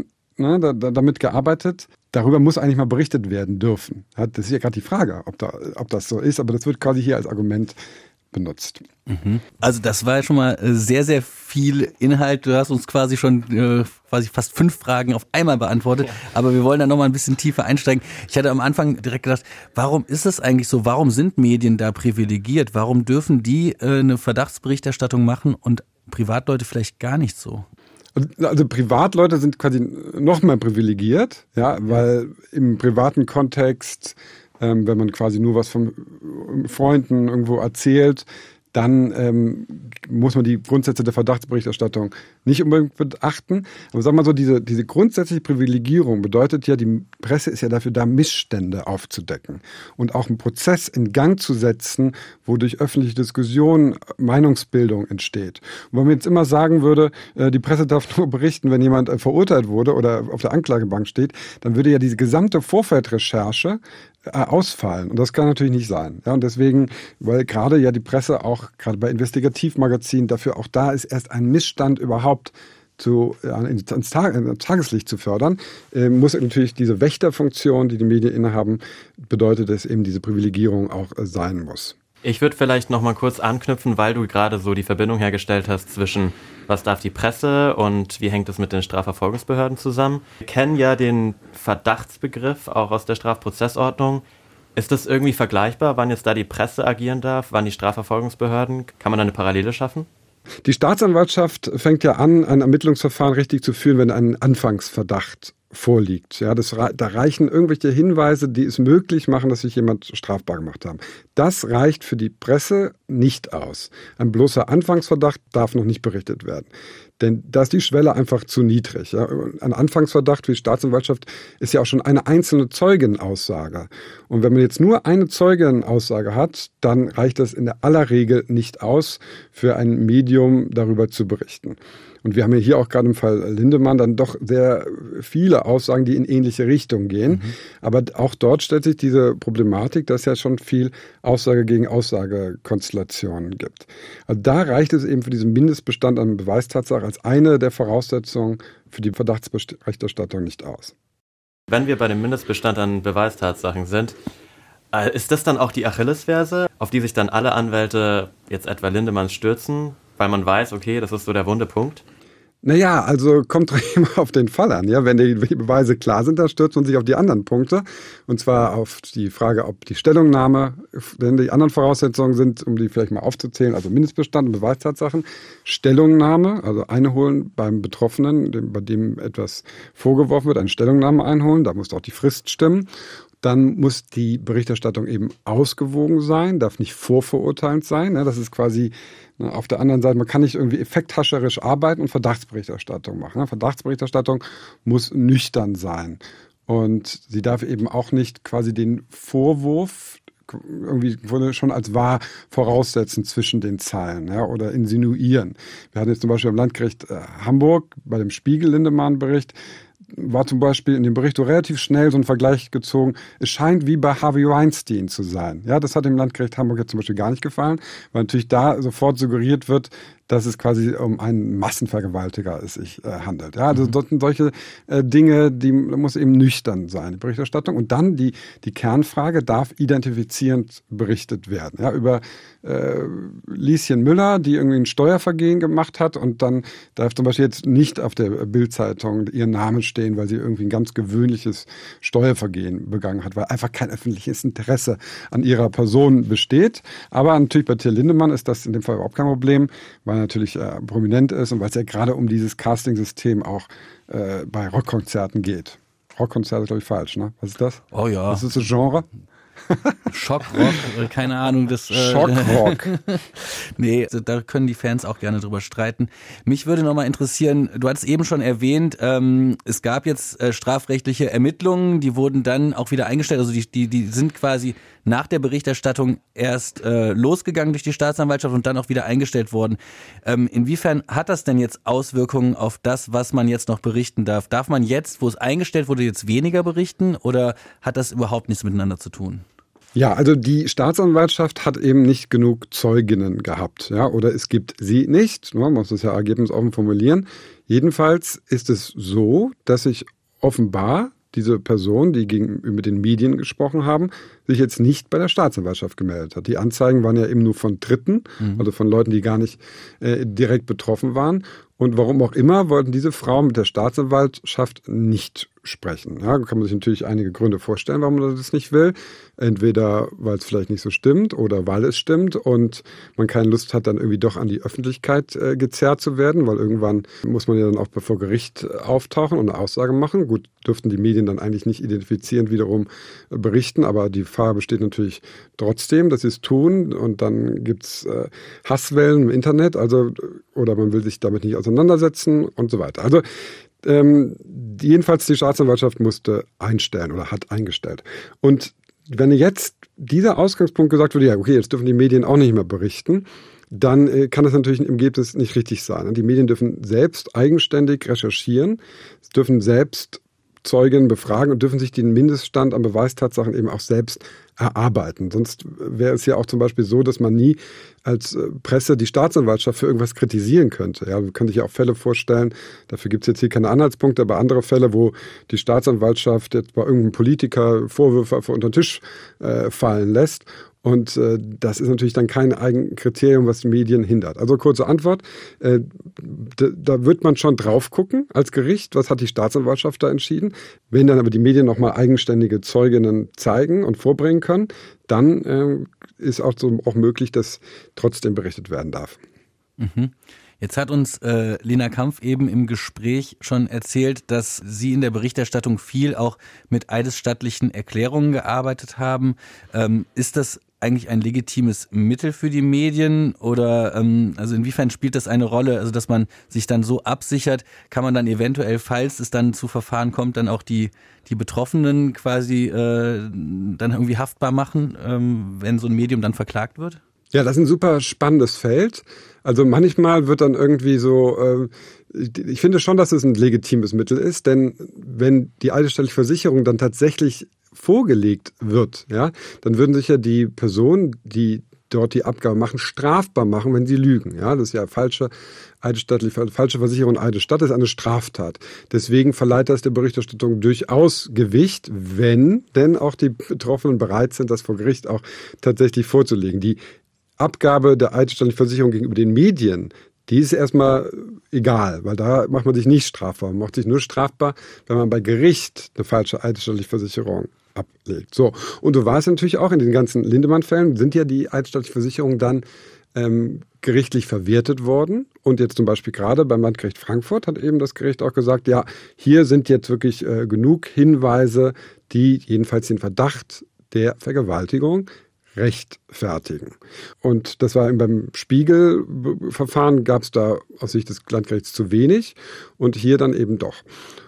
damit gearbeitet, darüber muss eigentlich mal berichtet werden dürfen. Das ist ja gerade die Frage, ob das so ist, aber das wird quasi hier als Argument benutzt. Also das war ja schon mal sehr, sehr viel Inhalt. Du hast uns quasi schon fast 5 Fragen auf einmal beantwortet, aber wir wollen da noch mal ein bisschen tiefer einsteigen. Ich hatte am Anfang direkt gedacht, warum ist es eigentlich so? Warum sind Medien da privilegiert? Warum dürfen die eine Verdachtsberichterstattung machen und Privatleute vielleicht gar nicht so? Also Privatleute sind quasi noch mehr privilegiert, ja, weil im privaten Kontext, wenn man quasi nur was von Freunden irgendwo erzählt, dann muss man die Grundsätze der Verdachtsberichterstattung nicht unbedingt beachten. Aber sag mal so, diese grundsätzliche Privilegierung bedeutet ja, die Presse ist ja dafür da, Missstände aufzudecken und auch einen Prozess in Gang zu setzen, wo durch öffentliche Diskussion Meinungsbildung entsteht. Und wenn man jetzt immer sagen würde, die Presse darf nur berichten, wenn jemand verurteilt wurde oder auf der Anklagebank steht, dann würde ja diese gesamte Vorfeldrecherche ausfallen. Und das kann natürlich nicht sein. Ja, und deswegen, weil gerade ja die Presse auch, gerade bei Investigativmagazinen, dafür auch da ist, erst ein Missstand überhaupt ins Tageslicht zu fördern, muss natürlich diese Wächterfunktion, die Medien innehaben, bedeutet, dass eben diese Privilegierung auch sein muss. Ich würde vielleicht noch mal kurz anknüpfen, weil du gerade so die Verbindung hergestellt hast zwischen was darf die Presse und wie hängt es mit den Strafverfolgungsbehörden zusammen. Wir kennen ja den Verdachtsbegriff auch aus der Strafprozessordnung. Ist das irgendwie vergleichbar, wann jetzt da die Presse agieren darf, wann die Strafverfolgungsbehörden? Kann man da eine Parallele schaffen? Die Staatsanwaltschaft fängt ja an, ein Ermittlungsverfahren richtig zu führen, wenn ein Anfangsverdacht vorliegt. Ja, da reichen irgendwelche Hinweise, die es möglich machen, dass sich jemand strafbar gemacht haben. Das reicht für die Presse nicht aus. Ein bloßer Anfangsverdacht darf noch nicht berichtet werden. Denn da ist die Schwelle einfach zu niedrig. Ja. Ein Anfangsverdacht für die Staatsanwaltschaft ist ja auch schon eine einzelne Zeugenaussage. Und wenn man jetzt nur eine Zeugenaussage hat, dann reicht das in der aller Regel nicht aus, für ein Medium darüber zu berichten. Und wir haben ja hier auch gerade im Fall Lindemann dann doch sehr viele Aussagen, die in ähnliche Richtung gehen. Aber auch dort stellt sich diese Problematik, dass es ja schon viel Aussage gegen Aussage-Konstellationen gibt. Also da reicht es eben für diesen Mindestbestand an Beweistatsache als eine der Voraussetzungen für die Verdachtsberichterstattung nicht aus. Wenn wir bei dem Mindestbestand an Beweistatsachen sind, ist das dann auch die Achillesferse, auf die sich dann alle Anwälte, jetzt etwa Lindemanns, stürzen, weil man weiß, okay, das ist so der wunde Punkt? Naja, also kommt doch immer auf den Fall an. Ja? Wenn die Beweise klar sind, dann stürzt man sich auf die anderen Punkte. Und zwar auf die Frage, ob die Stellungnahme, denn die anderen Voraussetzungen sind, um die vielleicht mal aufzuzählen, also Mindestbestand und Beweistatsachen. Stellungnahme, also einholen beim Betroffenen, bei dem etwas vorgeworfen wird, eine Stellungnahme einholen. Da muss auch die Frist stimmen. Dann muss die Berichterstattung eben ausgewogen sein, darf nicht vorverurteilend sein. Das ist quasi auf der anderen Seite, man kann nicht irgendwie effekthascherisch arbeiten und Verdachtsberichterstattung machen. Verdachtsberichterstattung muss nüchtern sein. Und sie darf eben auch nicht quasi den Vorwurf irgendwie schon als wahr voraussetzen zwischen den Zeilen, ja, oder insinuieren. Wir hatten jetzt zum Beispiel am Landgericht Hamburg bei dem Spiegel-Lindemann-Bericht, war zum Beispiel in dem Bericht relativ schnell so ein Vergleich gezogen. Es scheint wie bei Harvey Weinstein zu sein. Ja, das hat dem Landgericht Hamburg jetzt zum Beispiel gar nicht gefallen, weil natürlich da sofort suggeriert wird, dass es quasi um einen Massenvergewaltiger es sich handelt. Ja, also dort sind solche Dinge, die muss eben nüchtern sein, die Berichterstattung. Und dann die Kernfrage, darf identifizierend berichtet werden? Ja, über Lieschen Müller, die irgendwie ein Steuervergehen gemacht hat, und dann darf zum Beispiel jetzt nicht auf der Bild-Zeitung ihr Name stehen, weil sie irgendwie ein ganz gewöhnliches Steuervergehen begangen hat, weil einfach kein öffentliches Interesse an ihrer Person besteht. Aber natürlich bei Till Lindemann ist das in dem Fall überhaupt kein Problem, weil er natürlich prominent ist und weil es ja gerade um dieses Casting-System auch bei Rockkonzerten geht. Rockkonzerte ist, glaube ich, falsch, ne? Was ist das? Oh ja. Was ist das Genre? Schockrock, keine Ahnung. Schockrock. Nee, da können die Fans auch gerne drüber streiten. Mich würde nochmal interessieren, du hattest eben schon erwähnt, es gab jetzt strafrechtliche Ermittlungen, die wurden dann auch wieder eingestellt, also die sind quasi nach der Berichterstattung erst losgegangen durch die Staatsanwaltschaft und dann auch wieder eingestellt worden. Inwiefern hat das denn jetzt Auswirkungen auf das, was man jetzt noch berichten darf? Darf man jetzt, wo es eingestellt wurde, jetzt weniger berichten oder hat das überhaupt nichts miteinander zu tun? Ja, also die Staatsanwaltschaft hat eben nicht genug Zeuginnen gehabt, ja, oder es gibt sie nicht, man muss das ja ergebnisoffen formulieren. Jedenfalls ist es so, dass sich offenbar diese Person, die gegenüber den Medien gesprochen haben, sich jetzt nicht bei der Staatsanwaltschaft gemeldet hat. Die Anzeigen waren ja eben nur von Dritten, also von Leuten, die gar nicht direkt betroffen waren. Und warum auch immer, wollten diese Frauen mit der Staatsanwaltschaft nicht sprechen. Ja, kann man sich natürlich einige Gründe vorstellen, warum man das nicht will. Entweder, weil es vielleicht nicht so stimmt oder weil es stimmt und man keine Lust hat, dann irgendwie doch an die Öffentlichkeit gezerrt zu werden, weil irgendwann muss man ja dann auch vor Gericht auftauchen und eine Aussage machen. Gut, dürften die Medien dann eigentlich nicht identifizierend wiederum berichten, aber die Gefahr besteht natürlich trotzdem, dass sie es tun und dann gibt's Hasswellen im Internet, also oder man will sich damit nicht auseinandersetzen und so weiter. Also jedenfalls die Staatsanwaltschaft musste einstellen oder hat eingestellt. Und wenn jetzt dieser Ausgangspunkt gesagt wurde, ja okay, jetzt dürfen die Medien auch nicht mehr berichten, dann kann das natürlich im Ergebnis nicht richtig sein. Die Medien dürfen selbst eigenständig recherchieren, dürfen selbst Zeugen befragen und dürfen sich den Mindeststand an Beweistatsachen eben auch selbst erarbeiten. Sonst wäre es ja auch zum Beispiel so, dass man nie als Presse die Staatsanwaltschaft für irgendwas kritisieren könnte. Ja, man kann sich ja auch Fälle vorstellen, dafür gibt es jetzt hier keine Anhaltspunkte, aber andere Fälle, wo die Staatsanwaltschaft jetzt bei irgendeinem Politiker Vorwürfe unter den Tisch fallen lässt. Und das ist natürlich dann kein Eigenkriterium, was die Medien hindert. Also kurze Antwort, da wird man schon drauf gucken als Gericht, was hat die Staatsanwaltschaft da entschieden. Wenn dann aber die Medien nochmal eigenständige Zeuginnen zeigen und vorbringen können, dann ist auch möglich, dass trotzdem berichtet werden darf. Mhm. Jetzt hat uns Lena Kampf eben im Gespräch schon erzählt, dass Sie in der Berichterstattung viel auch mit eidesstattlichen Erklärungen gearbeitet haben. Ist das eigentlich ein legitimes Mittel für die Medien oder also inwiefern spielt das eine Rolle, also dass man sich dann so absichert, kann man dann eventuell, falls es dann zu Verfahren kommt, dann auch die Betroffenen quasi dann irgendwie haftbar machen, wenn so ein Medium dann verklagt wird? Ja, das ist ein super spannendes Feld. Also manchmal wird dann irgendwie so, ich finde schon, dass es ein legitimes Mittel ist, denn wenn die eidesstattliche Versicherung dann tatsächlich vorgelegt wird, ja, dann würden sich ja die Personen, die dort die Abgabe machen, strafbar machen, wenn sie lügen. Ja, das ist ja falsche Versicherung Eidesstatt ist eine Straftat. Deswegen verleiht das der Berichterstattung durchaus Gewicht, wenn denn auch die Betroffenen bereit sind, das vor Gericht auch tatsächlich vorzulegen. Die Abgabe der eidesstattlichen Versicherung gegenüber den Medien, die ist erstmal egal, weil da macht man sich nicht strafbar. Man macht sich nur strafbar, wenn man bei Gericht eine falsche eidesstattliche Versicherung ablegt. So. Und du weißt natürlich auch, in den ganzen Lindemann-Fällen sind ja die eidesstattlichen Versicherungen dann gerichtlich verwertet worden. Und jetzt zum Beispiel gerade beim Landgericht Frankfurt hat eben das Gericht auch gesagt, ja, hier sind jetzt wirklich genug Hinweise, die jedenfalls den Verdacht der Vergewaltigung rechtfertigen. Und das war beim Spiegel-Verfahren, gab es da aus Sicht des Landgerichts zu wenig und hier dann eben doch.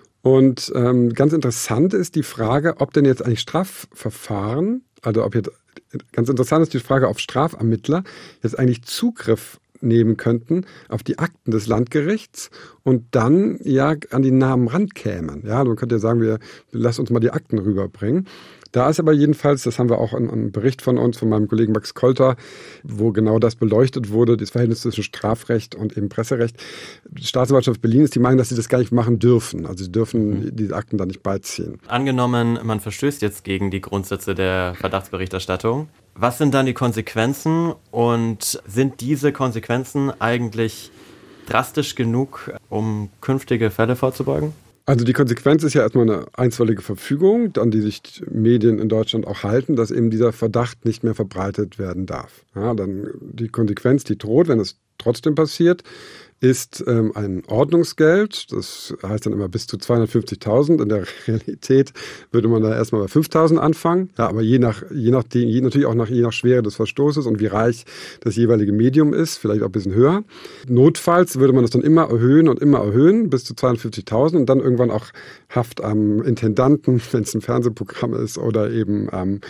Und ganz interessant ist die Frage, ob denn jetzt eigentlich Strafverfahren, also ob jetzt, ganz interessant ist die Frage, ob Strafermittler jetzt eigentlich Zugriff nehmen könnten auf die Akten des Landgerichts und dann ja an die Namen rankämen. Ja, man könnte ja sagen, wir lassen uns mal die Akten rüberbringen. Da ist aber jedenfalls, das haben wir auch in einem Bericht von uns, von meinem Kollegen Max Kolter, wo genau das beleuchtet wurde, das Verhältnis zwischen Strafrecht und eben Presserecht. Die Staatsanwaltschaft Berlin ist die Meinung, dass sie das gar nicht machen dürfen. Also sie dürfen diese Akten da nicht beiziehen. Angenommen, man verstößt jetzt gegen die Grundsätze der Verdachtsberichterstattung. Was sind dann die Konsequenzen und sind diese Konsequenzen eigentlich drastisch genug, um künftige Fälle vorzubeugen? Also die Konsequenz ist ja erstmal eine einstweilige Verfügung, an die sich Medien in Deutschland auch halten, dass eben dieser Verdacht nicht mehr verbreitet werden darf. Ja, dann die Konsequenz, die droht, wenn es trotzdem passiert, ist ein Ordnungsgeld. Das heißt dann immer bis zu 250.000. In der Realität würde man da erstmal bei 5.000 anfangen. Ja, aber je nachdem, natürlich auch je nach Schwere des Verstoßes und wie reich das jeweilige Medium ist, vielleicht auch ein bisschen höher. Notfalls würde man das dann immer erhöhen bis zu 250.000 und dann irgendwann auch Haft am Intendanten, wenn es ein Fernsehprogramm ist, oder eben am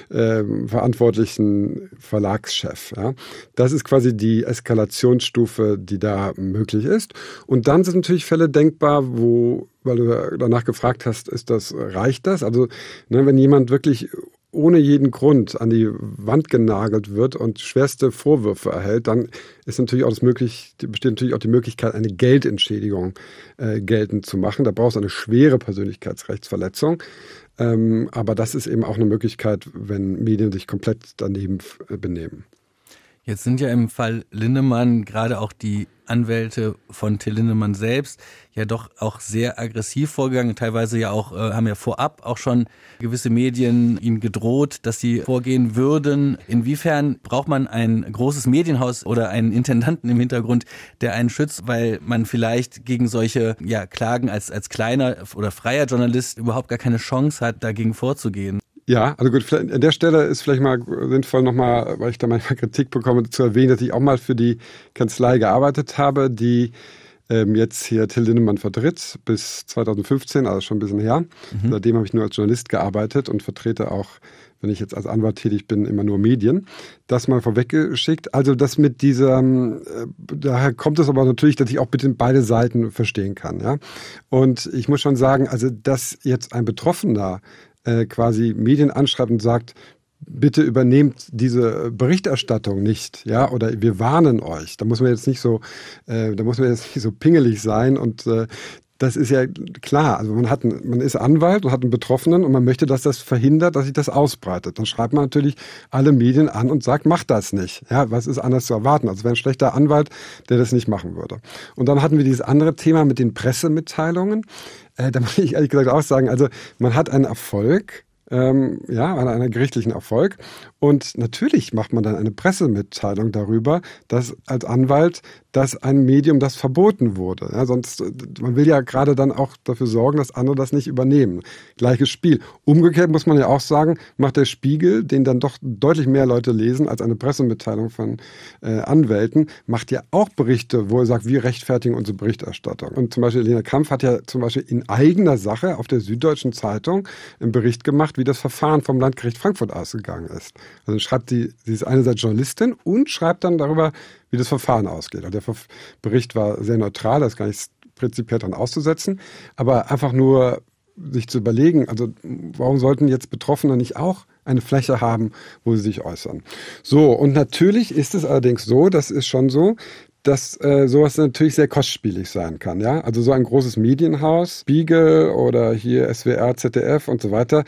verantwortlichen Verlagschef. Ja. Das ist quasi die Eskalationsstufe, die da möglich ist. Und dann sind natürlich Fälle denkbar, weil du danach gefragt hast, reicht das? Also, wenn jemand wirklich ohne jeden Grund an die Wand genagelt wird und schwerste Vorwürfe erhält, dann ist natürlich auch besteht natürlich auch die Möglichkeit, eine Geldentschädigung geltend zu machen. Da brauchst du eine schwere Persönlichkeitsrechtsverletzung. Aber das ist eben auch eine Möglichkeit, wenn Medien sich komplett daneben benehmen. Jetzt sind ja im Fall Lindemann gerade auch die Anwälte von Till Lindemann selbst ja doch auch sehr aggressiv vorgegangen. Teilweise ja auch, haben ja vorab auch schon gewisse Medien ihm gedroht, dass sie vorgehen würden. Inwiefern braucht man ein großes Medienhaus oder einen Intendanten im Hintergrund, der einen schützt, weil man vielleicht gegen solche Klagen als kleiner oder freier Journalist überhaupt gar keine Chance hat, dagegen vorzugehen? Ja, also gut, an der Stelle ist vielleicht mal sinnvoll nochmal, weil ich da manchmal Kritik bekomme, zu erwähnen, dass ich auch mal für die Kanzlei gearbeitet habe, die jetzt hier Till Lindemann vertritt, bis 2015, also schon ein bisschen her. Seitdem habe ich nur als Journalist gearbeitet und vertrete auch, wenn ich jetzt als Anwalt tätig bin, immer nur Medien. Das mal vorweggeschickt. Also das mit daher kommt es aber natürlich, dass ich auch bitte beide Seiten verstehen kann. Ja? Und ich muss schon sagen, also dass jetzt ein Betroffener quasi Medien anschreibt und sagt, bitte übernehmt diese Berichterstattung nicht, ja, oder wir warnen euch. Da muss man jetzt nicht so pingelig sein und das ist ja klar. Also man ist Anwalt und hat einen Betroffenen und man möchte, dass das verhindert, dass sich das ausbreitet. Dann schreibt man natürlich alle Medien an und sagt, macht das nicht. Ja, was ist anders zu erwarten? Also wäre ein schlechter Anwalt, der das nicht machen würde. Und dann hatten wir dieses andere Thema mit den Pressemitteilungen. Da muss ich ehrlich gesagt auch sagen, also man hat einen Erfolg, einen gerichtlichen Erfolg. Und natürlich macht man dann eine Pressemitteilung darüber, dass als Anwalt, dass ein Medium das verboten wurde. Ja, sonst, man will ja gerade dann auch dafür sorgen, dass andere das nicht übernehmen. Gleiches Spiel. Umgekehrt muss man ja auch sagen, macht der Spiegel, den dann doch deutlich mehr Leute lesen als eine Pressemitteilung von Anwälten, macht ja auch Berichte, wo er sagt, wir rechtfertigen unsere Berichterstattung. Und zum Beispiel Lena Kampf hat ja zum Beispiel in eigener Sache auf der Süddeutschen Zeitung einen Bericht gemacht, wie das Verfahren vom Landgericht Frankfurt ausgegangen ist. Also schreibt sie ist einerseits Journalistin und schreibt dann darüber, wie das Verfahren ausgeht. Also der Bericht war sehr neutral, da ist gar nichts prinzipiell dran auszusetzen, aber einfach nur sich zu überlegen, also warum sollten jetzt Betroffene nicht auch eine Fläche haben, wo sie sich äußern? So, und natürlich ist es allerdings so, das ist schon so, dass sowas natürlich sehr kostspielig sein kann. Ja, also so ein großes Medienhaus, Spiegel oder hier SWR, ZDF und so weiter,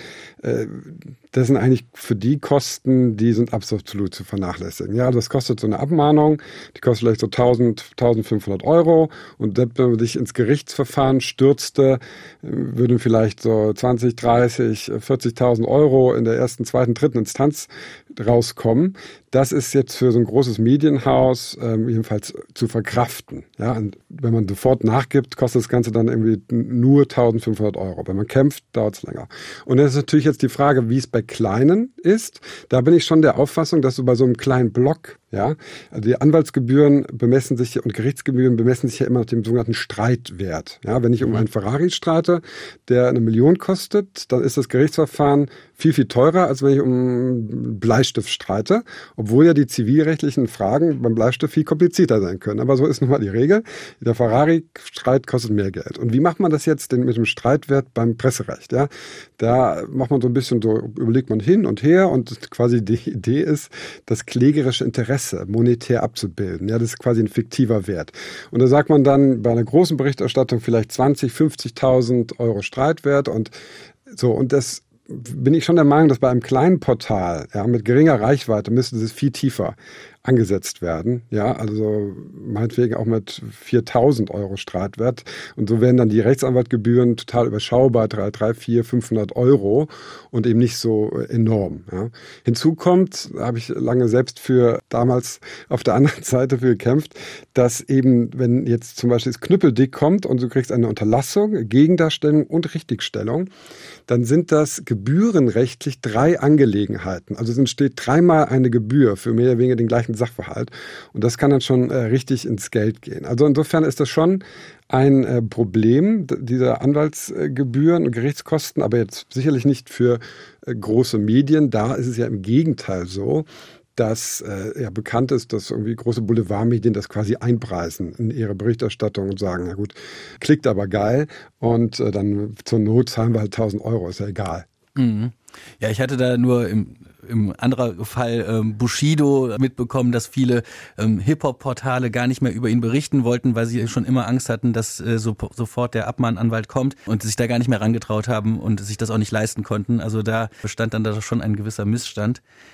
das sind eigentlich für die Kosten, die sind absolut zu vernachlässigen. Ja, das kostet so eine Abmahnung, die kostet vielleicht so 1.500 Euro und wenn man sich ins Gerichtsverfahren stürzte, würden vielleicht so 20, 30, 40.000 Euro in der ersten, zweiten, dritten Instanz rauskommen. Das ist jetzt für so ein großes Medienhaus jedenfalls zu verkraften. Ja, und wenn man sofort nachgibt, kostet das Ganze dann irgendwie nur 1.500 Euro. Wenn man kämpft, dauert es länger. Und das ist natürlich jetzt die Frage, wie es bei Kleinen ist. Da bin ich schon der Auffassung, dass so bei so einem kleinen Block, ja, also die Anwaltsgebühren bemessen sich und Gerichtsgebühren bemessen sich ja immer nach dem sogenannten Streitwert. Ja, wenn ich um einen Ferrari streite, der 1 Million kostet, dann ist das Gerichtsverfahren viel, viel teurer, als wenn ich um Bleistift streite, obwohl ja die zivilrechtlichen Fragen beim Bleistift viel komplizierter sein können. Aber so ist nun mal die Regel. Der Ferrari-Streit kostet mehr Geld. Und wie macht man das jetzt denn mit dem Streitwert beim Presserecht? Ja, da macht man so ein bisschen so, überlegt man hin und her und quasi die Idee ist, das klägerische Interesse monetär abzubilden. Ja, das ist quasi ein fiktiver Wert. Und da sagt man dann bei einer großen Berichterstattung vielleicht 20.000, 50.000 Euro Streitwert und so. Und das bin ich schon der Meinung, dass bei einem kleinen Portal, ja, mit geringer Reichweite müsste es viel tiefer angesetzt werden. Ja, also meinetwegen auch mit 4.000 Euro Streitwert. Und so werden dann die Rechtsanwaltgebühren total überschaubar, 300, 400, 500 Euro und eben nicht so enorm. Ja. Hinzu kommt, habe ich lange selbst für damals auf der anderen Seite für gekämpft, dass eben, wenn jetzt zum Beispiel das Knüppeldick kommt und du kriegst eine Unterlassung, Gegendarstellung und Richtigstellung, dann sind das gebührenrechtlich 3 Angelegenheiten. Also es entsteht 3-mal eine Gebühr für mehr oder weniger den gleichen Sachverhalt. Und das kann dann schon richtig ins Geld gehen. Also insofern ist das schon ein Problem dieser Anwaltsgebühren und Gerichtskosten, aber jetzt sicherlich nicht für große Medien. Da ist es ja im Gegenteil so, dass ja bekannt ist, dass irgendwie große Boulevardmedien das quasi einpreisen in ihre Berichterstattung und sagen, na gut, klickt aber geil und dann zur Not zahlen wir halt 1.000 Euro, ist ja egal. Mhm. Ja, ich hatte da nur im anderen Fall Bushido mitbekommen, dass viele Hip-Hop-Portale gar nicht mehr über ihn berichten wollten, weil sie schon immer Angst hatten, dass sofort der Abmahnanwalt kommt und sich da gar nicht mehr rangetraut haben und sich das auch nicht leisten konnten. Also da bestand dann da schon ein gewisser Missstand.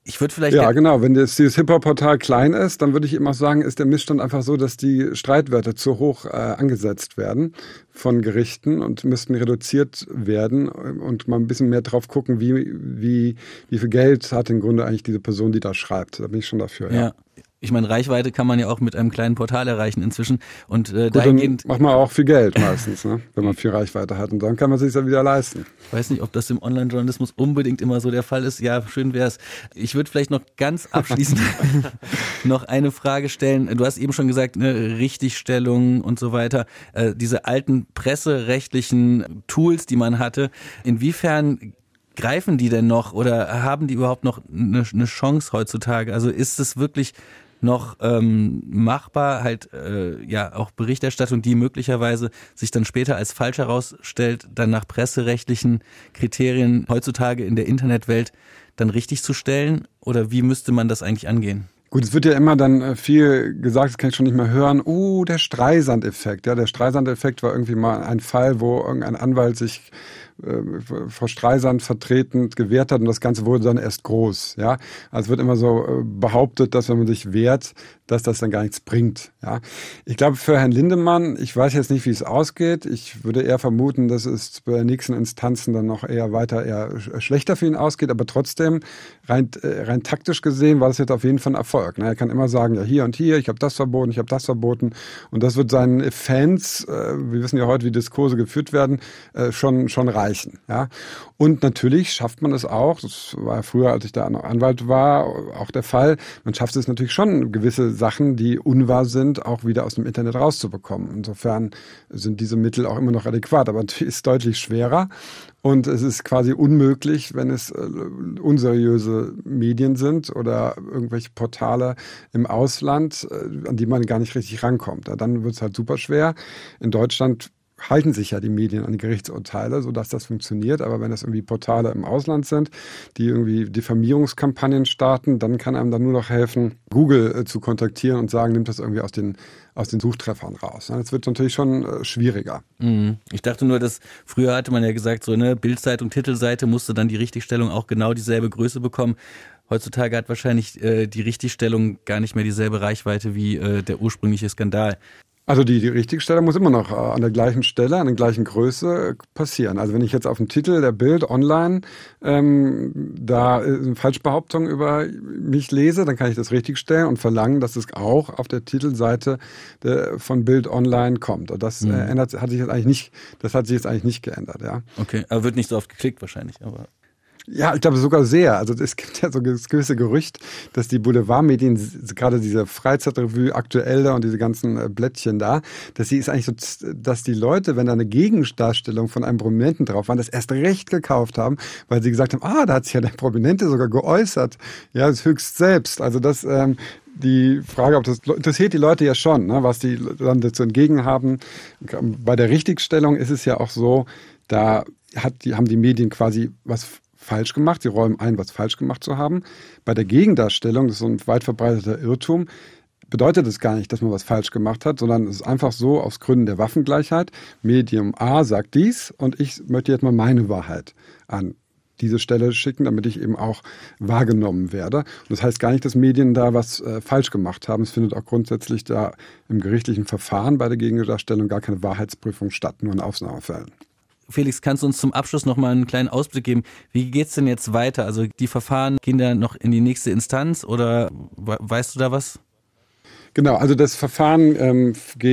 Ich würde vielleicht... Ja, genau. Wenn dieses Hip-Hop-Portal klein ist, dann würde ich immer sagen, ist der Missstand einfach so, dass die Streitwerte zu hoch angesetzt werden von Gerichten und müssten reduziert werden und mal ein bisschen mehr drauf gucken, wie viel Geld hat im Grunde eigentlich diese Person, die da schreibt. Da bin ich schon dafür, ja. Ich meine, Reichweite kann man ja auch mit einem kleinen Portal erreichen inzwischen. Und Gut, dahingehend macht man auch viel Geld meistens, ne? Wenn man viel Reichweite hat. Und dann kann man sich ja wieder leisten. Ich weiß nicht, ob das im Online-Journalismus unbedingt immer so der Fall ist. Ja, schön wär's. Ich würde vielleicht noch ganz abschließend noch eine Frage stellen. Du hast eben schon gesagt, ne, Richtigstellung und so weiter. Diese alten presserechtlichen Tools, die man hatte, inwiefern greifen die denn noch oder haben die überhaupt noch eine Chance heutzutage? Also ist es wirklich noch machbar, halt auch Berichterstattung, die möglicherweise sich dann später als falsch herausstellt, dann nach presserechtlichen Kriterien heutzutage in der Internetwelt dann richtig zu stellen? Oder wie müsste man das eigentlich angehen? Gut, es wird ja immer dann viel gesagt, das kann ich schon nicht mehr hören, der Streisand-Effekt. Ja, der Streisand-Effekt war irgendwie mal ein Fall, wo irgendein Anwalt sich Frau Streisand vertretend gewehrt hat und das Ganze wurde dann erst groß. Ja, also es wird immer so behauptet, dass wenn man sich wehrt, dass das dann gar nichts bringt. Ja, ich glaube für Herrn Lindemann, ich weiß jetzt nicht, wie es ausgeht. Ich würde eher vermuten, dass es bei den nächsten Instanzen dann noch eher schlechter für ihn ausgeht. Aber trotzdem rein taktisch gesehen war das jetzt auf jeden Fall ein Erfolg. Er kann immer sagen, ja hier und hier, ich habe das verboten, ich habe das verboten. Und das wird seinen Fans, wir wissen ja heute, wie Diskurse geführt werden, schon reichen. Ja? Und natürlich schafft man es auch, das war früher, als ich da noch Anwalt war, auch der Fall, man schafft es natürlich schon, gewisse Sachen, die unwahr sind, auch wieder aus dem Internet rauszubekommen. Insofern sind diese Mittel auch immer noch adäquat, aber es ist deutlich schwerer und es ist quasi unmöglich, wenn es unseriöse Medien sind oder irgendwelche Portale im Ausland, an die man gar nicht richtig rankommt. Dann wird es halt super schwer. In Deutschland halten sich ja die Medien an die Gerichtsurteile, sodass das funktioniert. Aber wenn das irgendwie Portale im Ausland sind, die irgendwie Diffamierungskampagnen starten, dann kann einem dann nur noch helfen, Google zu kontaktieren und sagen, nimmt das irgendwie aus den Suchtreffern raus. Das wird natürlich schon schwieriger. Ich dachte nur, dass früher hatte man ja gesagt, so eine Bildzeitung, Titelseite musste dann die Richtigstellung auch genau dieselbe Größe bekommen. Heutzutage hat wahrscheinlich die Richtigstellung gar nicht mehr dieselbe Reichweite wie der ursprüngliche Skandal. Also die Richtigstellung muss immer noch an der gleichen Stelle, an der gleichen Größe passieren. Also wenn ich jetzt auf dem Titel der Bild online da eine Falschbehauptung über mich lese, dann kann ich das richtigstellen und verlangen, dass es auch auf der Titelseite von Bild online kommt. Und das hat sich jetzt eigentlich nicht geändert. Ja. Okay, aber wird nicht so oft geklickt wahrscheinlich, aber... Ja, ich glaube sogar sehr. Also es gibt ja so das gewisse Gerücht, dass die Boulevardmedien, gerade diese Freizeitrevue, Aktuelle und diese ganzen Blättchen da, dass sie ist eigentlich so, dass die Leute, wenn da eine Gegendarstellung von einem Prominenten drauf waren, das erst recht gekauft haben, weil sie gesagt haben, da hat sich ja der Prominente sogar geäußert. Ja, das höchst selbst. Also das, die Frage, ob das interessiert die Leute ja schon, ne, was die dann dazu entgegen haben. Bei der Richtigstellung ist es ja auch so, da haben die Medien quasi was falsch gemacht. Sie räumen ein, was falsch gemacht zu haben. Bei der Gegendarstellung, das ist so ein weit verbreiteter Irrtum, bedeutet es gar nicht, dass man was falsch gemacht hat, sondern es ist einfach so aus Gründen der Waffengleichheit. Medium A sagt dies und ich möchte jetzt mal meine Wahrheit an diese Stelle schicken, damit ich eben auch wahrgenommen werde. Und das heißt gar nicht, dass Medien da was falsch gemacht haben. Es findet auch grundsätzlich da im gerichtlichen Verfahren bei der Gegendarstellung gar keine Wahrheitsprüfung statt, nur in Ausnahmefällen. Felix, kannst du uns zum Abschluss noch mal einen kleinen Ausblick geben? Wie geht's denn jetzt weiter? Also die Verfahren gehen da noch in die nächste Instanz oder weißt du da was? Genau, also das Verfahren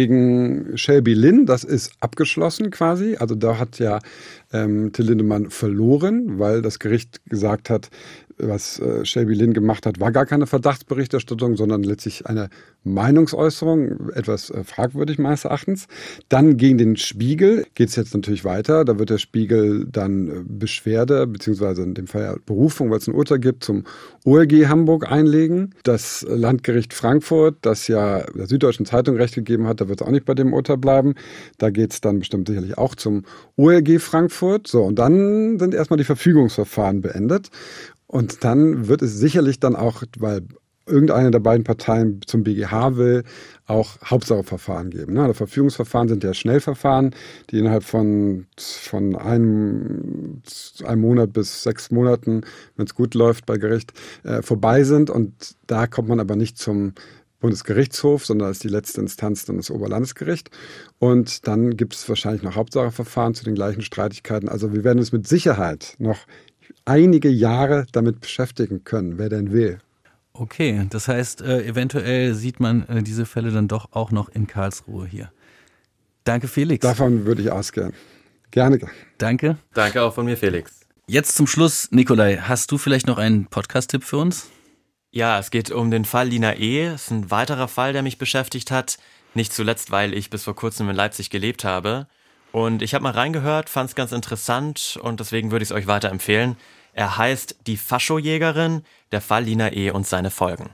gegen Shelby Lynn, das ist abgeschlossen quasi. Also da hat ja Till Lindemann verloren, weil das Gericht gesagt hat, was Shelby Lynn gemacht hat, war gar keine Verdachtsberichterstattung, sondern letztlich eine Meinungsäußerung, etwas fragwürdig meines Erachtens. Dann gegen den Spiegel geht es jetzt natürlich weiter. Da wird der Spiegel dann Beschwerde, beziehungsweise in dem Fall ja Berufung, weil es ein Urteil gibt, zum OLG Hamburg einlegen. Das Landgericht Frankfurt, das ja der Süddeutschen Zeitung Recht gegeben hat, da wird es auch nicht bei dem Urteil bleiben. Da geht es dann bestimmt sicherlich auch zum OLG Frankfurt. So, und dann sind erstmal die Verfügungsverfahren beendet. Und dann wird es sicherlich dann auch, weil irgendeine der beiden Parteien zum BGH will, auch Hauptsacheverfahren geben. Ne? Verfügungsverfahren sind ja Schnellverfahren, die innerhalb von einem Monat bis 6 Monaten, wenn es gut läuft bei Gericht, vorbei sind. Und da kommt man aber nicht zum Bundesgerichtshof, sondern ist die letzte Instanz dann das Oberlandesgericht. Und dann gibt es wahrscheinlich noch Hauptsacheverfahren zu den gleichen Streitigkeiten. Also wir werden uns mit Sicherheit noch einige Jahre damit beschäftigen können, wer denn will. Okay, das heißt, eventuell sieht man diese Fälle dann doch auch noch in Karlsruhe hier. Danke, Felix. Davon würde ich ausgehen. Gerne. Danke. Danke auch von mir, Felix. Jetzt zum Schluss, Nikolai, hast du vielleicht noch einen Podcast-Tipp für uns? Ja, es geht um den Fall Lina E. Es ist ein weiterer Fall, der mich beschäftigt hat. Nicht zuletzt, weil ich bis vor kurzem in Leipzig gelebt habe. Und ich habe mal reingehört, fand es ganz interessant und deswegen würde ich es euch weiterempfehlen. Er heißt Die Faschojägerin, der Fall Lina E. und seine Folgen.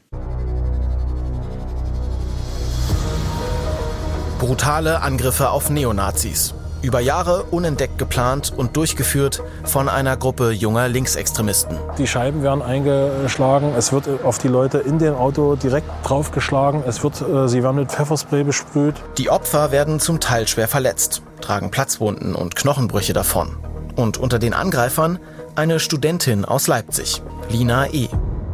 Brutale Angriffe auf Neonazis. Über Jahre unentdeckt geplant und durchgeführt von einer Gruppe junger Linksextremisten. Die Scheiben werden eingeschlagen, es wird auf die Leute in dem Auto direkt draufgeschlagen, sie werden mit Pfefferspray besprüht. Die Opfer werden zum Teil schwer verletzt, tragen Platzwunden und Knochenbrüche davon. Und unter den Angreifern eine Studentin aus Leipzig, Lina E.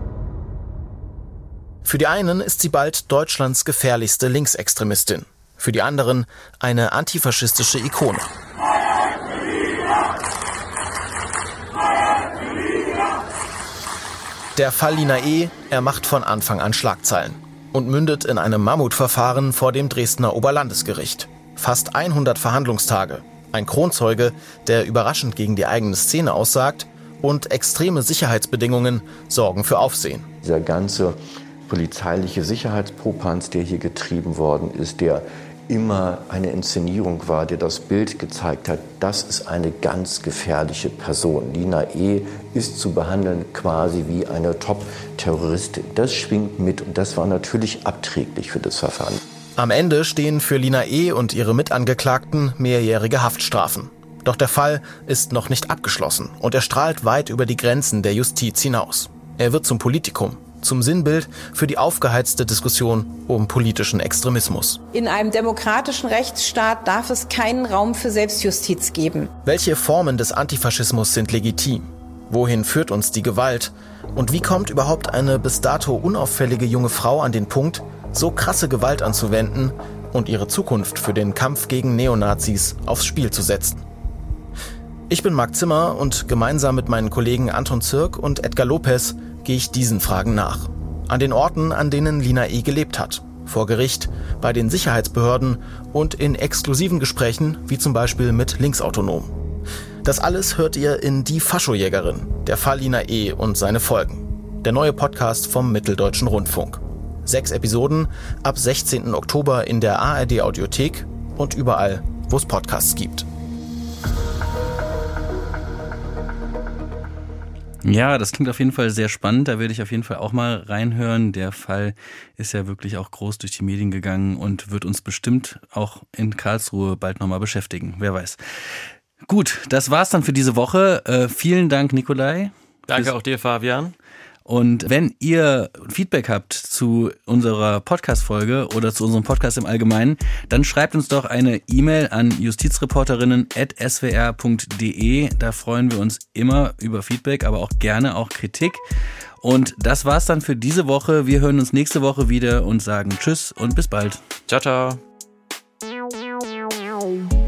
Für die einen ist sie bald Deutschlands gefährlichste Linksextremistin. Für die anderen eine antifaschistische Ikone. Der Fall Lina E., er macht von Anfang an Schlagzeilen und mündet in einem Mammutverfahren vor dem Dresdner Oberlandesgericht. Fast 100 Verhandlungstage, ein Kronzeuge, der überraschend gegen die eigene Szene aussagt und extreme Sicherheitsbedingungen sorgen für Aufsehen. Dieser ganze polizeiliche Sicherheitspopanz, der hier getrieben worden ist, der immer eine Inszenierung war, der das Bild gezeigt hat, das ist eine ganz gefährliche Person. Lina E. ist zu behandeln quasi wie eine Top-Terroristin. Das schwingt mit und das war natürlich abträglich für das Verfahren. Am Ende stehen für Lina E. und ihre Mitangeklagten mehrjährige Haftstrafen. Doch der Fall ist noch nicht abgeschlossen und er strahlt weit über die Grenzen der Justiz hinaus. Er wird zum Politikum, zum Sinnbild für die aufgeheizte Diskussion um politischen Extremismus. In einem demokratischen Rechtsstaat darf es keinen Raum für Selbstjustiz geben. Welche Formen des Antifaschismus sind legitim? Wohin führt uns die Gewalt? Und wie kommt überhaupt eine bis dato unauffällige junge Frau an den Punkt, so krasse Gewalt anzuwenden und ihre Zukunft für den Kampf gegen Neonazis aufs Spiel zu setzen? Ich bin Marc Zimmer und gemeinsam mit meinen Kollegen Anton Zirk und Edgar Lopez gehe ich diesen Fragen nach. An den Orten, an denen Lina E. gelebt hat. Vor Gericht, bei den Sicherheitsbehörden und in exklusiven Gesprächen, wie zum Beispiel mit Linksautonomen. Das alles hört ihr in Die Faschojägerin, der Fall Lina E. und seine Folgen. Der neue Podcast vom Mitteldeutschen Rundfunk. 6 Episoden ab 16. Oktober in der ARD Audiothek und überall, wo es Podcasts gibt. Ja, das klingt auf jeden Fall sehr spannend. Da werde ich auf jeden Fall auch mal reinhören. Der Fall ist ja wirklich auch groß durch die Medien gegangen und wird uns bestimmt auch in Karlsruhe bald nochmal beschäftigen. Wer weiß. Gut, das war's dann für diese Woche. Vielen Dank, Nikolai. Danke auch dir, Fabian. Und wenn ihr Feedback habt zu unserer Podcast-Folge oder zu unserem Podcast im Allgemeinen, dann schreibt uns doch eine E-Mail an justizreporterinnen@swr.de. Da freuen wir uns immer über Feedback, aber auch gerne auch Kritik. Und das war's dann für diese Woche. Wir hören uns nächste Woche wieder und sagen Tschüss und bis bald. Ciao, ciao.